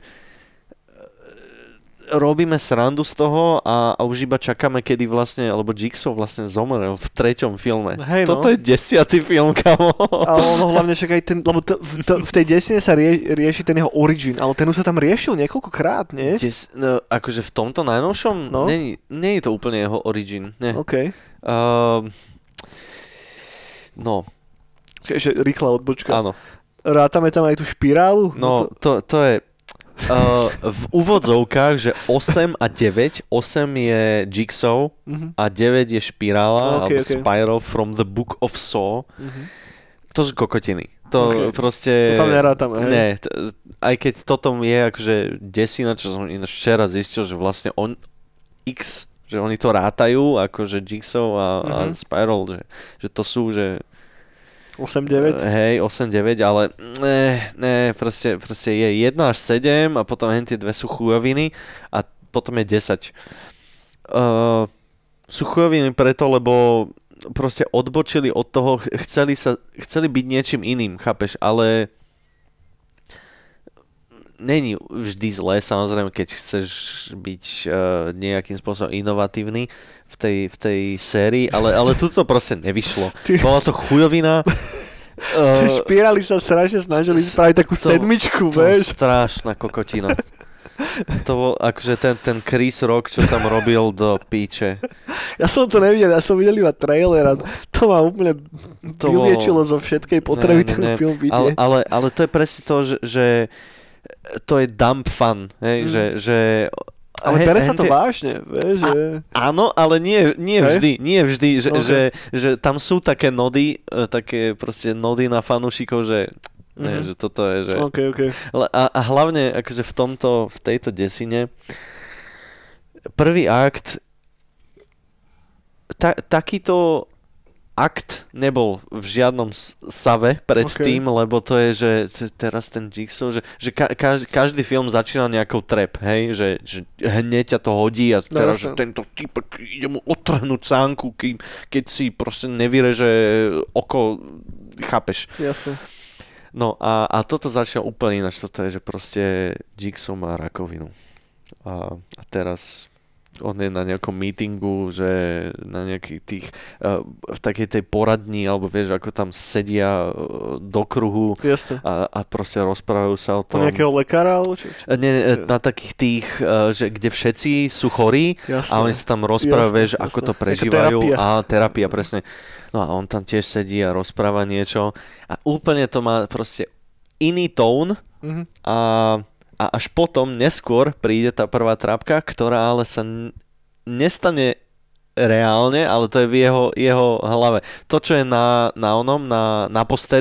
robíme srandu z toho a, a už iba čakáme, kedy vlastne, alebo Jigsaw vlastne zomrel v treťom filme. Hej, no. Toto je desiatý film, kamo. Ale ono hlavne čakaj, ten, lebo to, v, to, v tej desine sa rie, rieši ten jeho origin, ale ten už sa tam riešil niekoľkokrát, nie? Des, no, akože v tomto najnovšom, No. nie, nie je to úplne jeho origin. Nie. OK. Uh, no, Ešte rýchla odbočka. áno. Rátame tam aj tú špirálu? No, to, to, to je uh, v úvodzovkách, že osem a deväť. osem je Jigsaw Mhm. a deväť je špirála, Okay, alebo okay. Spiral from the Book of Saw. Mhm. To sú kokotiny. To Okay. proste... To tam nerátame, hej? Ne, t- aj keď toto je akože desina, čo som ináč včera zistil, že vlastne on X, že oni to rátajú, akože Jigsaw a, mm-hmm. a Mhm. Spiral, že, že to sú, že osem deväť? hej, osem deväť, ale ne, ne, proste, proste je jeden až sedem a potom hen tie dve sú chujoviny a potom je desať. Uh, sú chujoviny preto, lebo proste odbočili od toho, chceli, sa, chceli byť niečím iným, chápeš, ale není vždy zlé, samozrejme, keď chceš byť uh, nejakým spôsobom inovatívny v tej, v tej sérii, ale, ale tu to proste nevyšlo. Ty- Bola to chujovina. Z tej špirály sa strašne snažili s- spraviť takú to- sedmičku, To vieš? strašná kokotina. To bol akože ten, ten Chris Rock, čo tam robil do píče. Ja som to nevidel, ja som videl iba trailer a to ma úplne To vyliečilo zo všetkej potreby Ne, ne, ten ne. film vidieť. Ale, ale, ale to je presne to, že, že to je dump fun, hej, Mm. že, že Ale he- bere sa to hente- vážne, vieš, že... Áno, ale nie, nie Hej? vždy, nie vždy, že, Okay. že, že tam sú také nody, e, také proste nody na fanúšikov, že, mm-hmm. ne, Mhm. že toto je, že... OK, OK. Le- A, a hlavne akože v tomto, v tejto desine prvý akt ta, takýto akt nebol v žiadnom s- save predtým, okay. lebo to je, že t- teraz ten Jigsaw, že, že ka- kaž- každý film začína nejakou trap, hej, že, že hneď ťa to hodí a teraz, jasné. že tento typ ide mu otrhnúť sánku, kým, keď si proste nevyreže oko, chápeš. Jasné. No a, a toto začalo úplne ináč, toto je, že proste Jigsaw má rakovinu. A, a teraz on je na nejakom meetingu, že na nejakých tých, uh, v takej tej poradni, alebo vieš, ako tam sedia uh, do kruhu Jasné. a, a proste rozprávajú sa o Po tom. nejakého lekára? Alebo čo? Nie, nie, na takých tých, uh, že kde všetci sú chorí Jasné. a oni sa tam rozprávajú, Jasné, vieš, jasné. ako to Taká prežívajú. terapia. A terapia, presne. No a on tam tiež sedí a rozpráva niečo a úplne to má proste iný tón Mhm. a, a až potom, neskôr, príde tá prvá trápka, ktorá ale sa n- nestane reálne, ale to je v jeho, jeho hlave. To, čo je na, na onom, na, na posteri,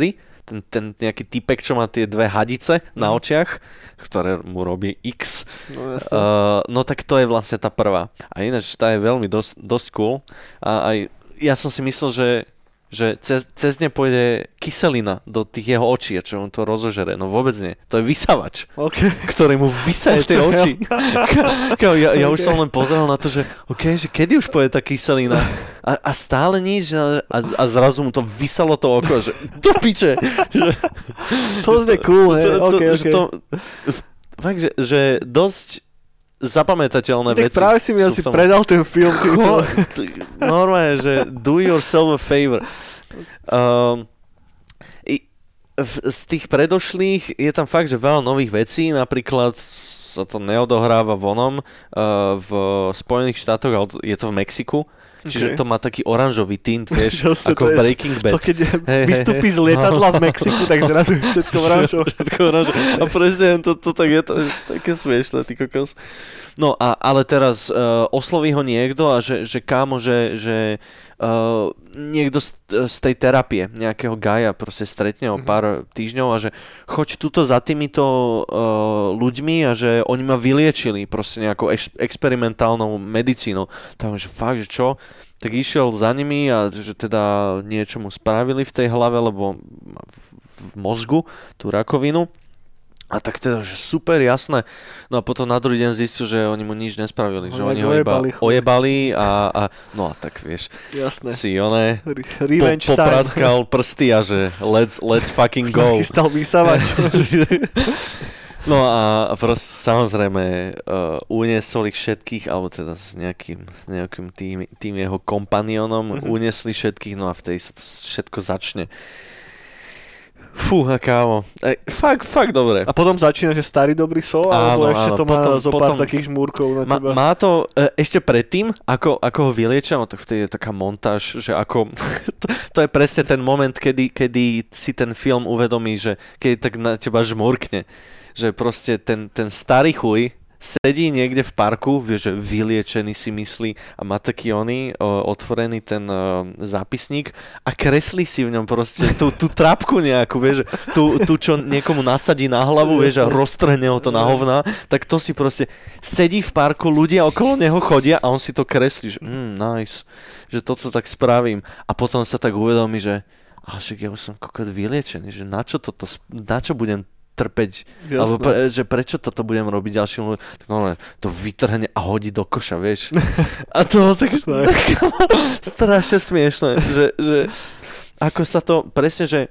ten, ten nejaký typek, čo má tie dve hadice mm. na očiach, ktoré mu robí X. No, uh, no tak to je vlastne tá prvá. A ináč tá je veľmi dosť, dosť cool. A aj ja som si myslel, že že cez, cez ne pôjde kyselina do tých jeho očí a čo on to rozožere. No vôbec nie. To je vysavač, okay. ktorý mu vysaje tie oči. ja, ja už som len pozeral na to, že OK, že kedy už pôjde tá kyselina? A, a stále nič a, a zrazu mu to vysalo to oko, že do piče. Že, to zde cool, hej. To, to, okay, okay. To, fakt, že, že dosť zapamätateľné tak veci. Práve si mi asi predal ten film. Cho, normálne, že do yourself a favor. Um, i, v, z tých predošlých je tam fakt, že veľa nových vecí, napríklad sa to neodohráva vonom uh, v Spojených štátoch, ale je to v Mexiku. Čiže okay. to má taký oranžový tint, vieš, Jasne, ako v Breaking Bad. To keď hey, vystúpi hey, z lietadla v Mexiku, tak zrazu všetko oranžové. Všetko oranžové. A presne, to, to tak je to, také smiešné, ty kokos. No a, ale teraz uh, osloví ho niekto a že, že kámo, že, že uh, niekto z, z tej terapie, nejakého gaja proste stretne o pár týždňov a že choď tuto za týmito uh, ľuďmi a že oni ma vyliečili proste nejakou ex, experimentálnou medicínou. Takže fakt, že čo? Tak išiel za nimi a že teda niečo mu spravili v tej hlave, lebo v, v mozgu tú rakovinu. A tak teda, že super, jasné. No a potom na druhý deň zistil, že oni mu nič nespravili, no, že oni ho iba ojebali a, a no a tak vieš. Jasné. Si oné Revenge po, popraskal prsty a že let's, let's fucking go. Chystal vysávať. No a proste samozrejme uh, uniesol ich všetkých, alebo teda s nejakým, nejakým tým, tým jeho kompanionom mm-hmm. uniesli všetkých, no a v tej sa to všetko začne. Fúha, kámo. E, fakt, fakt dobre. A potom začína, že starý dobrý so, alebo áno, ešte áno, to má potom, zo pár potom, takých žmúrkov na teba? Má, má to e, ešte predtým, ako, ako ho vyliečia, no tak vtedy je taká montáž, že ako... to, to je presne ten moment, kedy, kedy si ten film uvedomí, že keď tak na teba žmúrkne. Že proste ten, ten starý chuj sedí niekde v parku, vieš, že vyliečený si myslí a má taký oný o, otvorený ten o, zápisník a kreslí si v ňom proste tú, tú trápku nejakú, vieš, tú, tú, čo niekomu nasadí na hlavu, vieš, a roztrhne ho to na hovná, tak to si proste sedí v parku, ľudia okolo neho chodia a on si to kreslí, že mm, nice, že toto tak spravím a potom sa tak uvedomí, že a však ja už som kokot vyliečený, že na čo toto, na čo budem trpeť, Jasné. alebo pre, že prečo toto budem robiť ďalším ľuďom, tak no, to vytrhne a hodí do koša, vieš. A to tak, tak strašne smiešné, že, že ako sa to, presne, že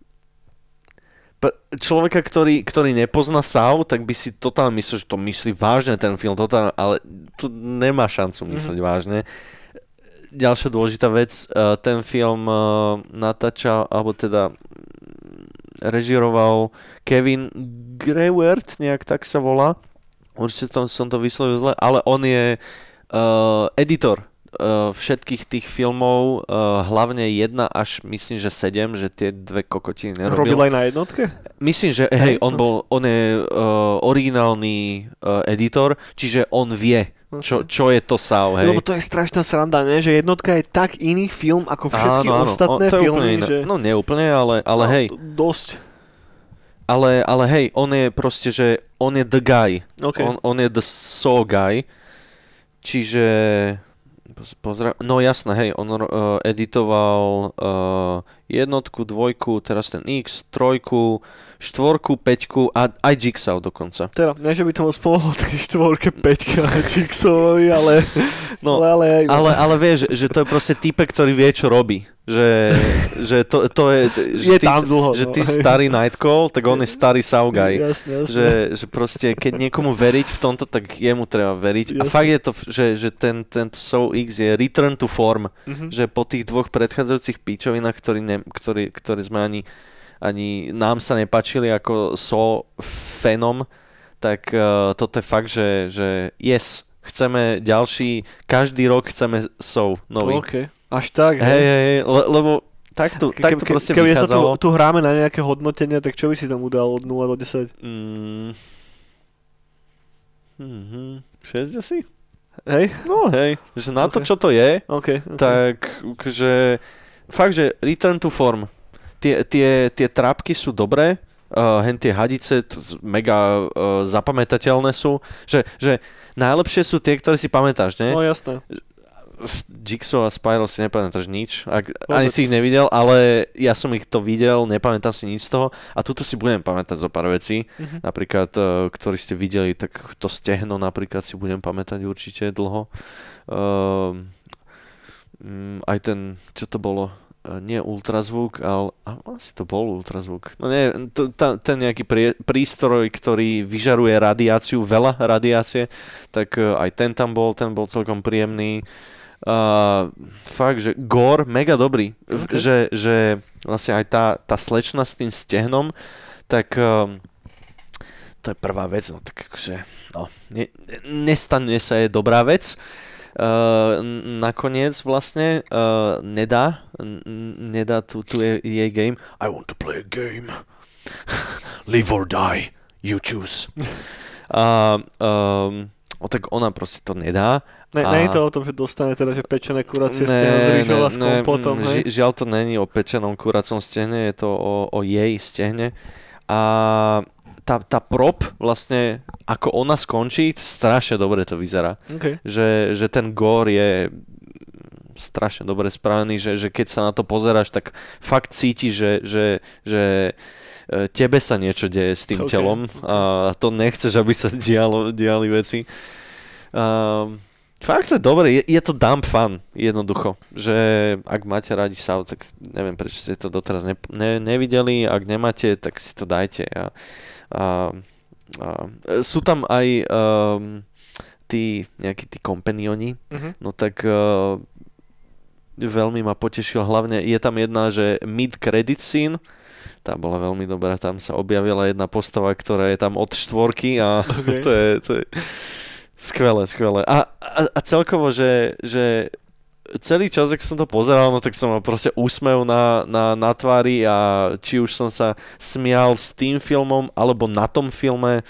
človeka, ktorý, ktorý nepozná Saw, tak by si totálne myslel, že to myslí vážne ten film, totálne, ale to nemá šancu mysleť mm-hmm. vážne. Ďalšia dôležitá vec, ten film natáča, alebo teda režiroval Kevin Grewert, nejak tak sa volá. Určite to, som to vyslovil zle, ale on je uh, editor uh, všetkých tých filmov, uh, hlavne jedna až myslím, že sedem, že tie dve kokotiny nerobil. Robil aj na jednotke? Myslím, že hej, on, bol, on je uh, originálny uh, editor, čiže on vie, Čo, čo je to Saw, hej? Lebo to je strašná sranda, ne? Že jednotka je tak iný film ako všetky áno, áno. ostatné o, filmy. Že... No neúplne, ale, ale no, hej. Dosť. Ale, ale hej, on je proste, že on je the guy. Okay. On, on je the Saw guy. Čiže... Pozra... No jasné, hej, on uh, editoval uh, jednotku, dvojku, teraz ten X, trojku, štvorku, peťku a aj Jigsaw dokonca. Teda, ne, že by to moc pomohlo tej štvorke, peťke a Jigsawovi, ale... No, ale, ale, aj... ale, ale vieš, že to je proste týpek, ktorý vie, čo robí. Že, že to, to je... Že je ty, tam dlho. Že no. ty starý Nightcall, tak on je starý Saw guy. Jasne, jasne. Že, že proste, keď niekomu veriť v tomto, tak jemu treba veriť. Jasne. A fakt je to, že, že ten, tento Saw X je return to form. Mm-hmm. Že po tých dvoch predchádzajúcich píčovinách, ktorí, ne, ktorí, ktorí sme ani, ani nám sa nepáčili ako Saw fenom, tak uh, toto je fakt, že, že yes, chceme ďalší, každý rok chceme Saw nový. Okay. Až tak, hej, hej, hej, le- lebo takto, Ke, takto ke, proste keby vychádzalo. Keby sa tu, tu hráme na nejaké hodnotenie, tak čo by si tomu dal od nula do desať? Mm. Mm-hmm. šesť asi? Hej? No hej, že na okay. to, čo to je, okay, okay. tak že fakt, že return to form. tie, tie, tie trápky sú dobré, uh, hen tie hadice t- mega uh, zapamätateľné sú, že, že najlepšie sú tie, ktoré si pamätáš, ne? No jasné. Jigsaw a Spiral si nepamätáš nič, ak, ani si ich nevidel, ale ja som ich to videl, nepamätám si nič z toho a tuto si budem pamätať zo pár vecí, mm-hmm. napríklad, uh, ktorí ste videli, tak to stehno napríklad si budem pamätať určite dlho. Uh, um, aj ten, čo to bolo, uh, nie ultrazvuk, ale asi to bol ultrazvuk. No nie, to, ta, ten nejaký prie, prístroj, ktorý vyžaruje radiáciu, veľa radiácie, tak uh, aj ten tam bol, ten bol celkom príjemný. Uh, fakt, že gore, mega dobrý, okay. že, že vlastne aj tá, tá slečna s tým stehnom, tak um, to je prvá vec, no tak akože, no, ne, nestane sa je dobrá vec, uh, nakoniec vlastne uh, nedá, n- nedá tu, tu je jej game, I want to play a game, live or die, you choose. Uh, um, no tak ona proste to nedá. Ne, a... nie je to o tom, že dostane teda, že pečené kuracie stehno z rýžou a s kompotom, ži, Žiaľ to není o pečenom kuracom stehne, je to o, o jej stehne. A tá, tá prop vlastne, ako ona skončí, strašne dobre to vyzerá. Okay. Že, že ten gore je strašne dobre spravený, že, že keď sa na to pozeráš, tak fakt cítiš, že, že, že tebe sa niečo deje s tým okay. telom a to nechceš, aby sa dialo, diali veci. Um, Fakt to je dobre, je, je to dumb fun, jednoducho, že ak máte radi Saw, tak neviem, prečo ste to doteraz ne, ne, nevideli, ak nemáte, tak si to dajte. A, a, a, sú tam aj um, tí, nejakí tí kompanioni, uh-huh. no tak uh, veľmi ma potešil, hlavne je tam jedna, že mid-credit scene, tá bola veľmi dobrá, tam sa objavila jedna postava, ktorá je tam od štvorky a okay. to je... To je skvelé, skvelé. A, a, a celkovo, že, že celý čas, ak som to pozeral, no tak som mal proste úsmev na, na, na tvári a či už som sa smial s tým filmom, alebo na tom filme.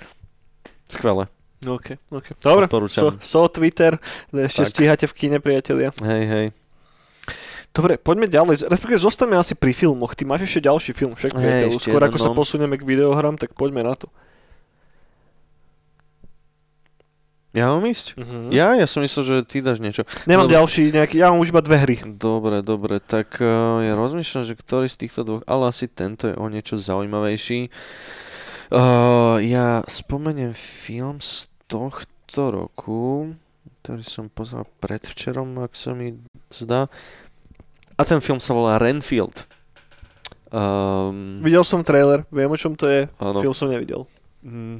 Skvelé. OK, OK. Dobre, so, so Twitter, ešte tak. Stíhate v kine, priatelia. Hej, hej. Dobre, poďme ďalej. Respektíve zostaneme asi pri filmoch. Ty máš ešte ďalší film, však priateľ. Skôr ako sa posunieme k videohram, tak poďme na to. Ja mám ísť? Uh-huh. Ja? Ja som myslel, že ty dáš niečo. Nemám dobre. ďalší nejaký, ja mám už iba dve hry. Dobre, dobre, tak uh, ja rozmýšľam, že ktorý z týchto dvoch, ale asi tento je o niečo zaujímavejší. Uh, ja spomeniem film z tohto roku, ktorý som pozeral predvčerom, ak sa mi zdá. A ten film sa volá Renfield. Um, videl som trailer, viem, o čom to je. Áno. Film som nevidel. Mm.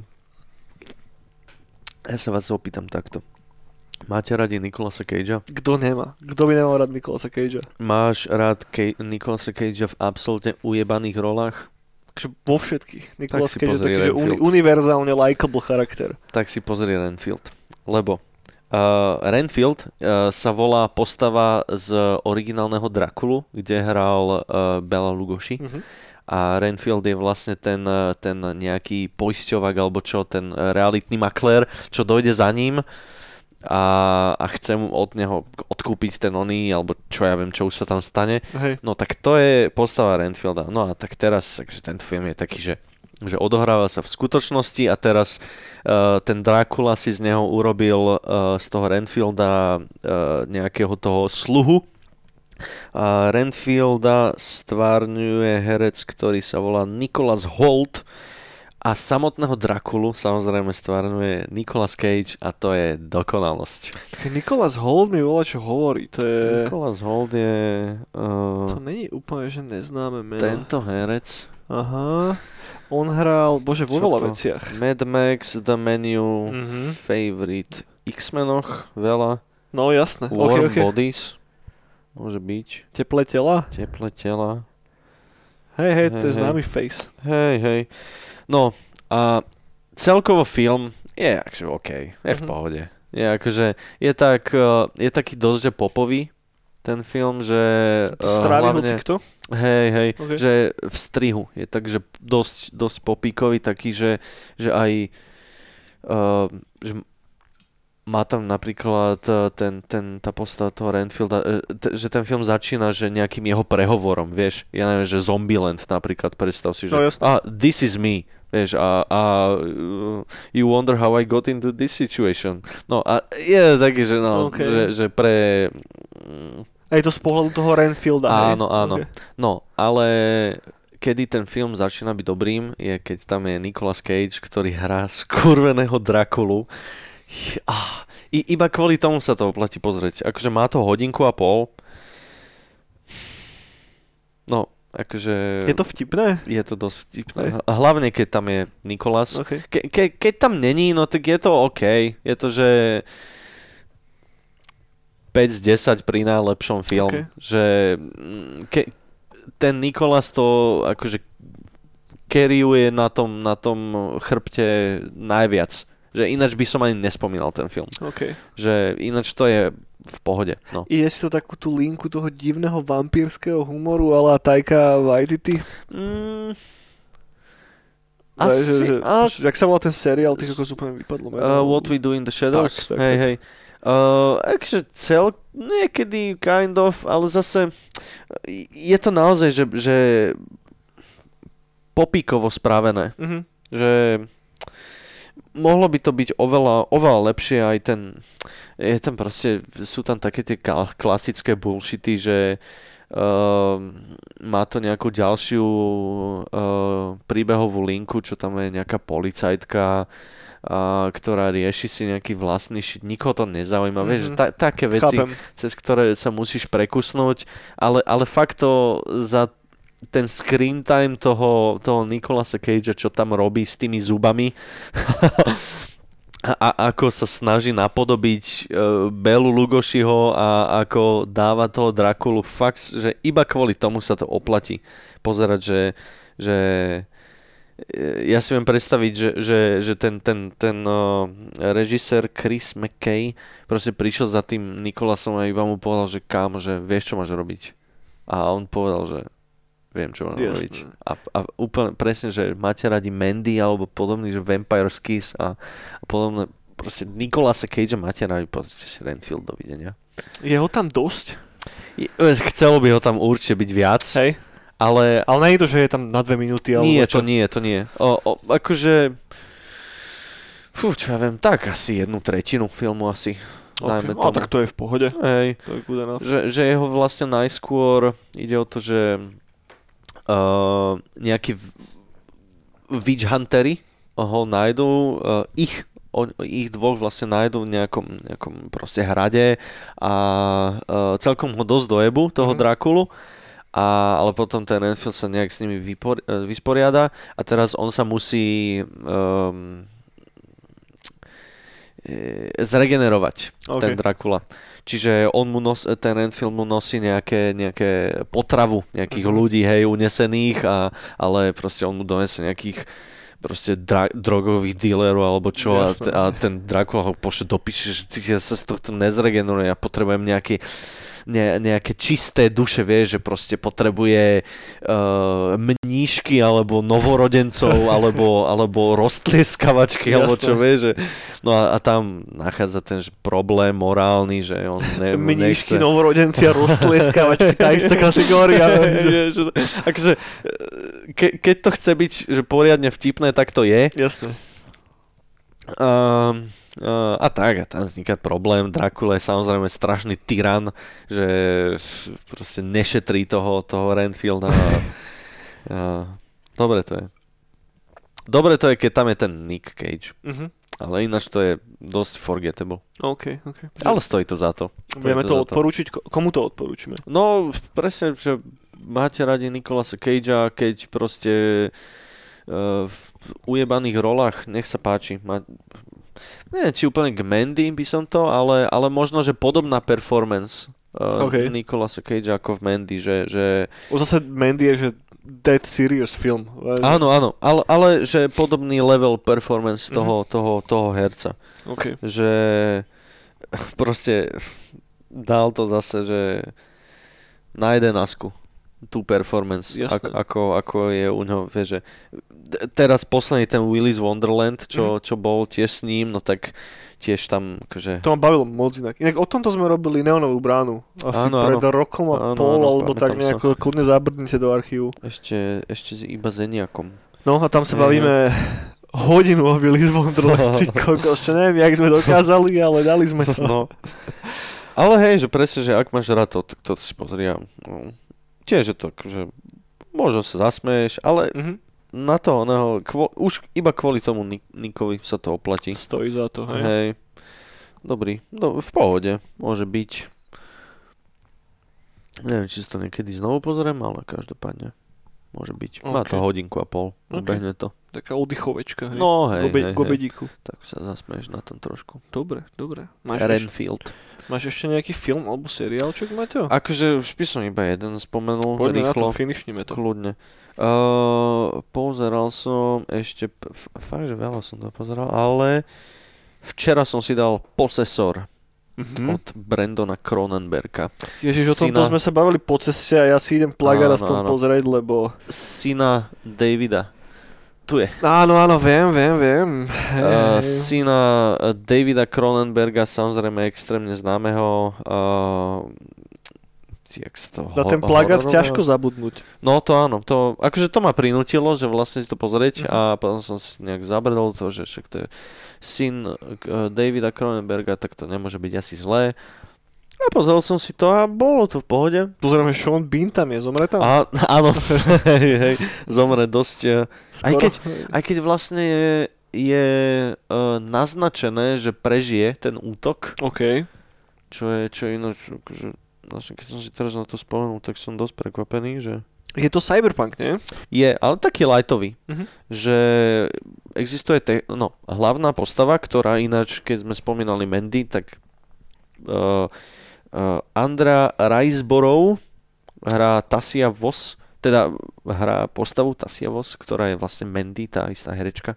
Ja sa vás opýtam takto. Máte radi Nicolasa Cagea? Kto nemá? Kto by nemal rád Nicolasa Cagea? Máš rád Ke- Nicolasa Cagea v absolútne ujebaných rolách? Takže vo všetkých. Nicolas Cage je taký, že uni- univerzálne likeable charakter. Tak si pozri Renfield. Lebo uh, Renfield uh, sa volá postava z originálneho Drakulu, kde hral uh, Bela Lugosi. Uh-huh. A Renfield je vlastne ten, ten nejaký poisťovák alebo čo, ten realitný maklér, čo dojde za ním a, a chce mu od neho odkúpiť ten oný, alebo čo ja viem, čo už sa tam stane. Hej. No tak to je postava Renfielda. No a tak teraz, takže ten film je taký, že, že odohráva sa v skutočnosti a teraz uh, ten Drákula si z neho urobil uh, z toho Renfielda uh, nejakého toho sluhu. A Renfielda stvárňuje herec, ktorý sa volá Nicholas Hoult a samotného Drakulu samozrejme stvárňuje Nicolas Cage a to je dokonalosť. Nicholas Hoult mi volá, čo hovorí. To je... Nicholas Hoult je... Uh, to není úplne, že neznáme meno. Tento herec. Aha. On hral, bože, vo veľa veciach. Mad Max, The Menu, mm-hmm. Favorite, X-Menoch, veľa. No jasné. Warm okay, okay. Bodies. Môže byť. Teplé tela? Teplé tela. Hej, hej, to je známy face. Hej, hej. No a celkovo film je akože OK, je mm-hmm. v pohode. Je akože, je tak, je taký dosť, že popový ten film, že... Strávi uh, hlavne, hocikto? Hej, hej, okay. Že v strihu je tak, že dosť, dosť popíkový, taký, že, že aj... Uh, že má tam napríklad eh, ten, ten, tá postava toho Renfielda, eh, t- že ten film začína, že nejakým jeho prehovorom, vieš, ja neviem, že Zombieland napríklad, predstav si, že No, jasne. ah, this is me, vieš, a, a uh, you wonder how I got into this situation. No a je taký, že no, Okay. že, že pre... mm, A je to z pohľadu toho Renfielda, hej? Áno, áno. Okay. No, ale kedy ten film začína byť dobrým, je keď tam je Nicolas Cage, ktorý hrá skurveného Drakulu. Ah, i, iba kvôli tomu sa to oplatí pozrieť. Akože má to hodinku a pol. No, akože... Je to vtipné? Je to dosť vtipné. Hej. A hlavne, keď tam je Nicolas. Okay. Ke, ke, keď tam není, no tak je to OK. Je to, že päť z desať pri najlepšom film. Okay. Že mm, ke, ten Nicolas to akože carryuje na tom, na tom chrbte najviac. Že ináč by som ani nespomínal ten film. Okay. Že ináč to je v pohode. No. I je si to takú tú linku toho divného vampírskeho humoru ala Taika Waititi? Mm, Asi, že, že, a- že, jak sa volá ten seriál, tých ako úplne vypadlo. Uh, What We Do in the Shadows. Tak, tak, hej, tak. hej. Uh, akže cel, niekedy kind of, ale zase je to naozaj, že, že popíkovo spravené. Mhm. Že mohlo by to byť oveľa, oveľa lepšie aj ten, je tam proste, sú tam také tie ka- klasické bullshity, že uh, má to nejakú ďalšiu uh, príbehovú linku, čo tam je nejaká policajtka, uh, ktorá rieši si nejaký vlastný šit. Nikoho to nezaujíma, mm-hmm. vieš, že ta- také veci, Chápem. cez ktoré sa musíš prekusnúť, ale, ale fakt to za ten screen time toho, toho Nicolasa Cagea, čo tam robí s tými zubami a, a ako sa snaží napodobiť uh, Belu Lugosiho a ako dáva toho Drakulu, fakt, že iba kvôli tomu sa to oplatí pozerať, že, že ja si viem predstaviť, že, že, že ten, ten, ten uh, režisér Chris McKay proste prišiel za tým Nicolasom a iba mu povedal, že kámo, že vieš, čo máš robiť. A on povedal, že viem, čo mám Jasné. robiť. A, a úplne presne, že máte radi Mandy alebo podobný, že Vampire's Kiss a, a podobné. Proste Nicolasa Cagea máte radi, pozrite si Renfield, dovidenia. Je ho tam dosť? Je- Chcelo by ho tam určite byť viac, Hej. ale Ale nie je to, že je tam na dve minúty? nie, alebo čo? to nie, to nie. O, o, akože, fú, čo ja viem, tak asi jednu tretinu filmu asi. Okay. Dajme A tomu. tak to je v pohode. Hej. To je good enough. Že, že jeho vlastne najskôr ide o to, že uh, nejakí v- witch huntery ho nájdú, uh, ich, o, ich dvoch vlastne nájdú v nejakom, nejakom proste hrade a uh, celkom ho dosť dojebu, toho Mhm. Drakulu. A, ale potom ten Renfield sa nejak s nimi vypor, uh, vysporiada a teraz on sa musí um, e, zregenerovať, OK. ten Dracula. Čiže on mu nos, ten Renfield mu nosí nejaké, nejaké potravu nejakých Mhm. ľudí, hej, unesených, a, ale proste on mu donese nejakých proste dra- drogových dílerov alebo čo a, Jasné. t- a ten Dracula ho pošle do piči, že ty, ja sa z tohto nezregeneruje, ja potrebujem nejaký ne, nejaké čisté duše, vieš, že proste potrebuje uh, mníšky alebo novorodencov alebo, alebo roztlieskavačky alebo čo, Jasné. vieš, že, no a, a tam nachádza ten že problém morálny, že on ne, Mníšky, nechce. novorodenci a roztlieskavačky, tá istá kategória. že, že, akože, ke, keď to chce byť že poriadne vtipné, tak to je. Jasné. Um, uh, a tak, a tam vzniká problém. Dracula je samozrejme strašný tyran, že proste nešetrí toho, toho Renfielda. A, uh, dobre to je. Dobre to je, keď tam je ten Nick Cage. Mhm. Ale ináč to je dosť forgettable. OK, OK. Ale stojí to za to. Vieme Stojí to za odporučiť? Ko- Komu to odporúčime? No, presne, že máte radi Nicolasa Cagea, keď proste uh, v ujebaných rolách, nech sa páči. Má, neviem, či úplne k Mandy by som to, ale, ale možno, že podobná performance uh, OK. Nicolasa Cagea ako v Mandy, že, že O zase Mandy je, že dead serious film. áno, áno, ale, ale že podobný level performance toho, mm-hmm. toho, toho herca. OK. Že proste dal to zase, že na jedenásku tú performance, Jasné. ako, ako, ako je u ňo, vieš, že teraz posledný ten Willy's Wonderland, čo, Mhm. čo bol tiež s ním, no tak tiež tam akože... To ma bavilo moc inak. Inak o tomto sme robili Neonovú bránu. Asi Áno, pred áno. rokom a Áno, pol, áno, alebo tak pamätám nejako, kľudne zabrdnite do archívu. Ešte, ešte s iba Zeniakom. No a tam sa Hej, bavíme hodinu o Willy's Wonderland. Ty kokos, čo neviem, jak sme dokázali, ale dali sme to. No. Ale hej, že presne, že ak máš rád to, tak to si pozri. No. Tiež je to, že možno sa zasmeješ, ale Mhm. na to oného, kvo, už iba kvôli tomu Nik- Nikovi sa to oplatí. Stojí za to, hej. Hej. Dobrý, no, v pohode, môže byť. Neviem, či si to niekedy znovu pozriem, ale každopádne môže byť. Má to OK. hodinku a pol, OK. ubehne to. Taká oddychovečka, hej. No hej, Gobe, hej, hej. gobedíku. Tak sa zasmeješ na tom trošku. Dobre, dobre. Máš, eš, Renfield. máš ešte nejaký film alebo seriálček, Maťo? Akože už by som iba jeden spomenul, Poďme na to, rýchlo. finishnime to. Kľudne. Uh, pozeral som ešte, f- fakt, že veľa som to pozeral, ale včera som si dal Posesor Mhm. od Brandona Cronenberga. Ježiš, o tomto syna- sme sa bavili po ceste a ja si idem plagať Áno, aspoň áno. pozrieť, lebo... Syna Davida. Tu je. Áno, áno, viem, viem, viem. Uh, Hej. syna uh, Davida Cronenberga, samozrejme extrémne známeho. Uh, jak sa to... Na ho- ten plagát hororového? ťažko zabudnúť. No to áno, to, akože to ma prinútilo, že vlastne si to pozrieť Mhm. a potom som si nejak zabrdol to, že však to je syn uh, Davida Cronenberga, tak to nemôže byť asi zlé. A pozrel som si to a bolo to v pohode. Pozrieme, Sean Bean tam je, zomre tam? A, áno, hej, hej, zomre dosť. uh, aj Skoro. keď- Aj keď vlastne je, je uh, naznačené, že prežije ten útok, OK. čo je, čo je ináč, akože, vlastne keď som si teraz na to spomenul, tak som dosť prekvapený, že... Je to cyberpunk, nie? Je, ale taký lightový, Mhm. že existuje te- no, hlavná postava, ktorá ináč, keď sme spomínali Mandy, tak uh, uh, Andra Riseborough hrá Tasia Voss, teda hrá postavu Tasia Voss, ktorá je vlastne Mandy, tá istá herečka.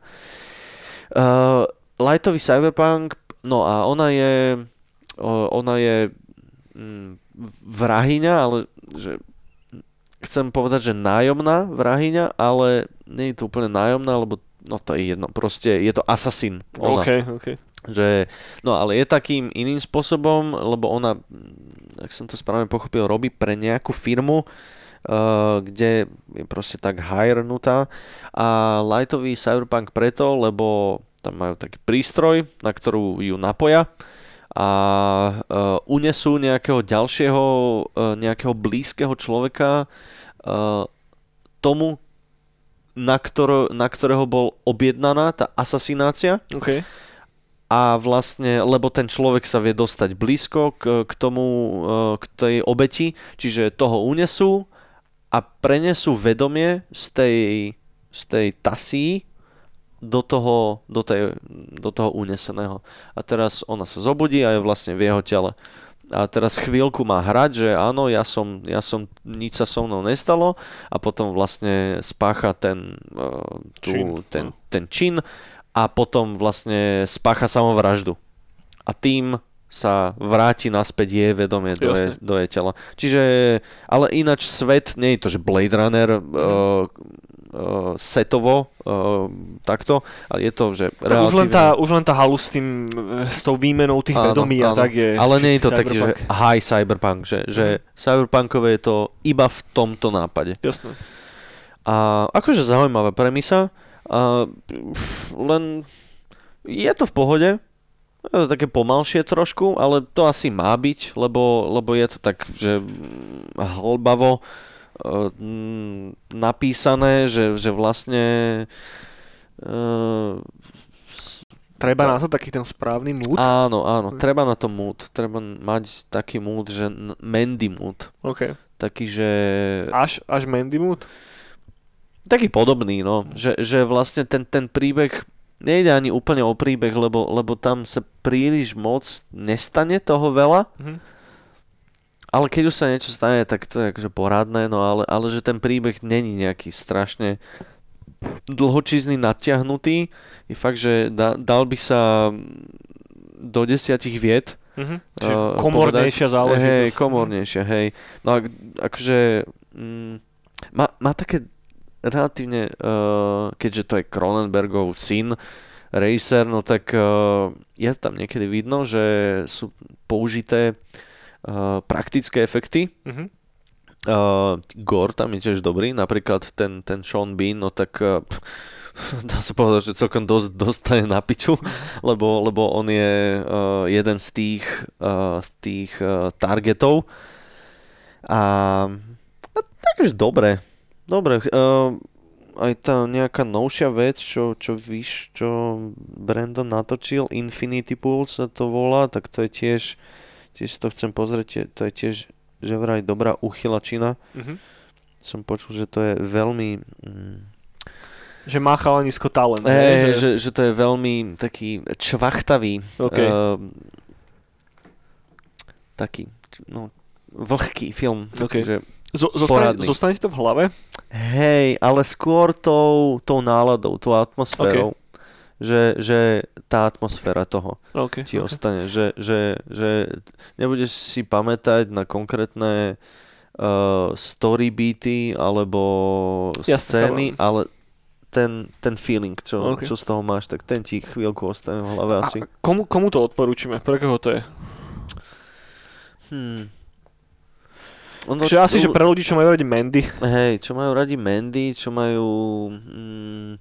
Uh, lightový cyberpunk, no a ona je uh, ona je mm, vrahyňa, ale že chcem povedať, že nájomná vrahyňa, ale nie je to úplne nájomná, lebo no to je jedno, proste je to asasín. Ona. OK, OK. Že, no ale je takým iným spôsobom, lebo ona, mm, ak som to správne pochopil, robí pre nejakú firmu, uh, kde je proste tak hirenutá a lightový cyberpunk preto, lebo tam majú taký prístroj, na ktorú ju napoja a uh, unesú nejakého ďalšieho, uh, nejakého blízkeho človeka uh, tomu, na, ktoré, na ktorého bol objednaná tá asasinácia. OK. A vlastne, lebo ten človek sa vie dostať blízko k, k tomu, uh, k tej obeti, čiže toho unesú a prenesú vedomie z tej, z tej tasí do toho, do, tej, do toho uneseného. A teraz ona sa zobudí a je vlastne v jeho tele. A teraz chvíľku má hrať, že áno, ja som, ja som, nič sa so mnou nestalo a potom vlastne spácha ten, uh, tú, Čin. ten, ten čin a potom vlastne spácha samovraždu. A tým sa vráti naspäť jej vedomie do jej, do jej tela. Čiže, ale ináč svet, nie je to, že Blade Runner uh, uh, setovo uh, takto, ale je to, že Tak už len, tá, už len tá halu s tým, e, s tou výmenou tých Áno, vedomí a áno. tak je... Ale nie je to čistý taký, že cyberpunk. high cyberpunk, že, že cyberpunkové je to iba v tomto nápade. Jasné. A akože zaujímavá premisa, a len je to v pohode, je to také pomalšie trošku, ale to asi má byť, lebo, lebo je to tak, že hlbavo uh, napísané, že, že vlastne uh, Treba na to taký ten správny mood? áno, áno, treba na to mood, treba mať taký mood, že n- Mandy mood, OK. taký, že Až, až Mandy mood? taký podobný, no, že, že vlastne ten, ten príbeh nejde ani úplne o príbeh, lebo, lebo tam sa príliš moc nestane toho veľa, Mhm. ale keď už sa niečo stane, tak to je akože porádne, no ale, ale že ten príbeh není nejaký strašne dlhočízny, natiahnutý, je fakt, že da, dal by sa do desiatich viet. Mhm. Čiže uh, komornejšia povedať. záležitosť. Hej, komornejšia, hej. No a akože mm, má, má také relatívne, uh, keďže to je Cronenbergov syn, režisér, no tak uh, je tam niekedy vidno, že sú použité uh, praktické efekty. Mhm. Uh, gore tam je tiež dobrý, napríklad ten, ten Sean Bean, no tak uh, dá sa povedať, že celkom dosť dostane na piču, lebo, lebo on je uh, jeden z tých, uh, z tých uh, targetov. A, a takže dobre, dobre. Uh, aj tá nejaká novšia vec, čo, čo víš, čo Brandon natočil, Infinity Pool sa to volá, tak to je tiež, tiež to chcem pozrieť, to je tiež, že vraj dobrá uchylačina. Mm-hmm. Som počul, že to je veľmi... Mm, že má chalanisko talent. Hey, že... Že, že to je veľmi taký čvachtavý, okay. uh, taký, no, vlhký film. Okay. Takže Zo, zostane, zostane ti to v hlave? Hej, ale skôr tou, tou náladou, tou atmosférou. Okay. Že, že tá atmosféra toho okay, ti okay. ostane. Že, že, že nebudeš si pamätať na konkrétne uh, story beaty alebo Jasne, scény, ale ten, ten feeling, čo, okay. čo z toho máš, tak ten ti chvíľku ostane v hlave asi. A komu, komu to odporúčime? Pre koho to je? Hmm... Ono, Čiže asi, tu, že pre ľudí, čo majú radi Mandy. Hej, čo majú radi Mandy, čo majú... Mm,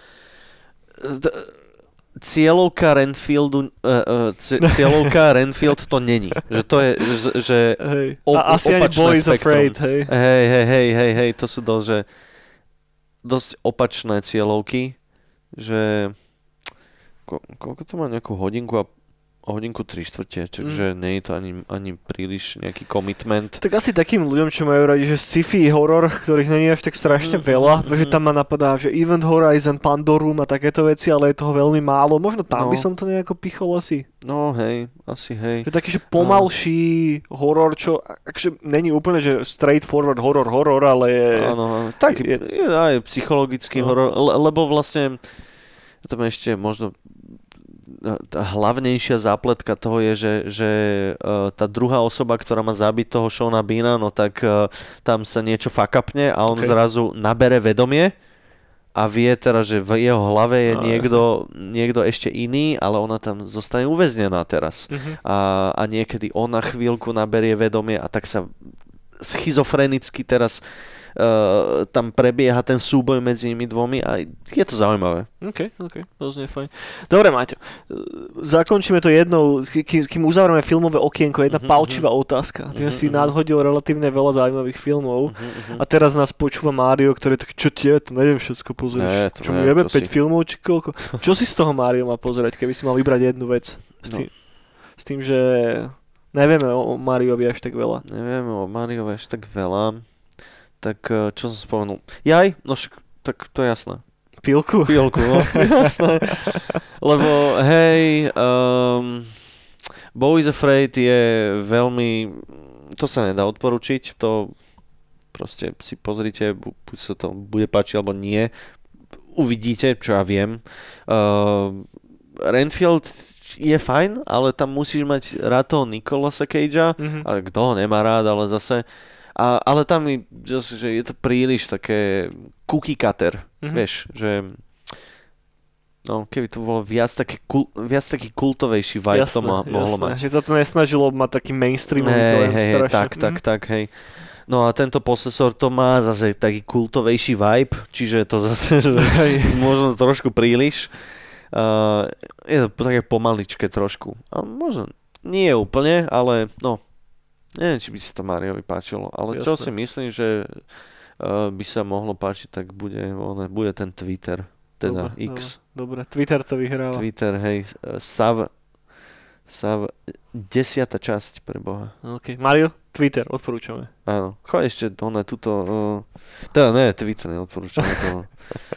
d- cieľovka Renfieldu... Uh, uh, c- cieľovka Renfield to není. Že to je... Že, že hej. O, A asi aj Boys Afraid, hej. Hej, hej, hej, hej, hej, to sú dosť, že... Dosť opačné cieľovky, že... Ko, koľko to má nejakú hodinku a hodinku tri štvrte, čiže mm. nie je to ani, ani príliš nejaký commitment. Tak asi takým ľuďom, čo majú radi, že sci-fi horor, ktorých nie je až tak strašne mm. veľa, mm. že tam ma napadá, že Event Horizon, Pandorum a takéto veci, ale je toho veľmi málo. Možno tam no. by som to nejako pichol asi. No hej, asi hej. Že taký, že pomalší no. horor, čo akže není úplne, že straightforward horor, horor, ale je... Áno, tak je, je aj psychologický no. horor, le, lebo vlastne tam ešte možno tá hlavnejšia zápletka toho je, že, že uh, tá druhá osoba, ktorá má zabiť toho Seana Beana, no tak uh, tam sa niečo fakapne a on okay. zrazu nabere vedomie a vie teraz, že v jeho hlave je no, niekto, niekto ešte iný, ale ona tam zostane uväznená teraz. Uh-huh. A, a niekedy ona chvíľku naberie vedomie a tak sa schizofrenicky teraz Uh, tam prebieha ten súboj medzi nimi dvomi a je to zaujímavé. OK, OK, to znie fajn. Dobre, Maťo, zakončíme to jednou, kým, kým uzavrieme filmové okienko, jedna uh-huh, palčivá uh-huh. otázka. Ty uh-huh, si uh-huh. nadhodil relatívne veľa zaujímavých filmov uh-huh, uh-huh. a teraz nás počúva Mário, ktorý je tak, čo tie, to neviem všetko pozrieť. Čo mu jebe, päť si... filmov, či koľko? Čo si z toho Mário má pozrieť, keby si mal vybrať jednu vec? S tým, no. s tým že nevieme o Máriovi až tak veľa. Nevieme o Máriovi až tak veľa. Tak čo som spomenul? Jaj, no však, tak to je jasné. Pilku? Pilku, no, jasné. Lebo, hej, um, Boys Afraid je veľmi, to sa nedá odporučiť, to proste si pozrite, buď sa to bude páčiť, alebo nie. Uvidíte, čo ja viem. Uh, Renfield je fajn, ale tam musíš mať rád toho Nicolasa Cagea, mm-hmm. ale kto ho nemá rád, ale zase... A, ale tam je, že je to príliš také cookie cutter, mm-hmm. vieš, že no, keby to bolo viac, také kul, viac taký kultovejší vibe jasné, to mo- mohlo jasné. mať. Že sa to nesnažilo mať taký mainstreamový hey, dojem hey, strašne. Tak, tak, mm. tak, hej. No a tento Possessor to má zase taký kultovejší vibe, čiže to zase že možno trošku príliš. Uh, je to také pomaličké trošku. A možno nie úplne, ale no, neviem, či by sa to Máriovi páčilo, ale jasné. Čo si myslím, že uh, by sa mohlo páčiť, tak bude, one, bude ten Twitter, teda dobre, X. Dobre, Twitter to vyhráva. Twitter, hej, uh, Sav, Sav, desiata časť pre Boha. OK, Mario, Twitter, odporúčame. Áno, choď ešte, one, tuto, uh, teda ne, Twitter neodporúčame to.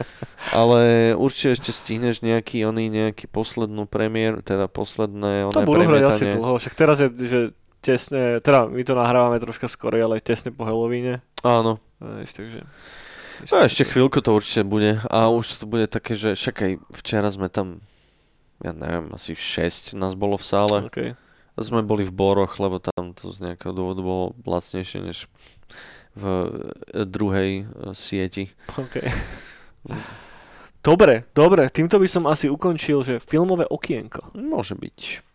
Ale určite ešte stihneš nejaký, oný, nejaký poslednú premiéru, teda posledné, oné to budú hrať asi dlho, však teraz je, že tesne, teda my to nahrávame troška skorej, ale tesne po Halloweene. Áno. Eš, takže... No, ešte chvíľku to určite bude. A už to bude také, že však aj včera sme tam, ja neviem, asi šesť nás bolo v sále. Okay. sme boli v Boroch, lebo tam to z nejakého dôvodu bolo lacnejšie než v druhej sieti. Okay. Dobre, dobre, týmto by som asi ukončil, že filmové okienko. Môže byť.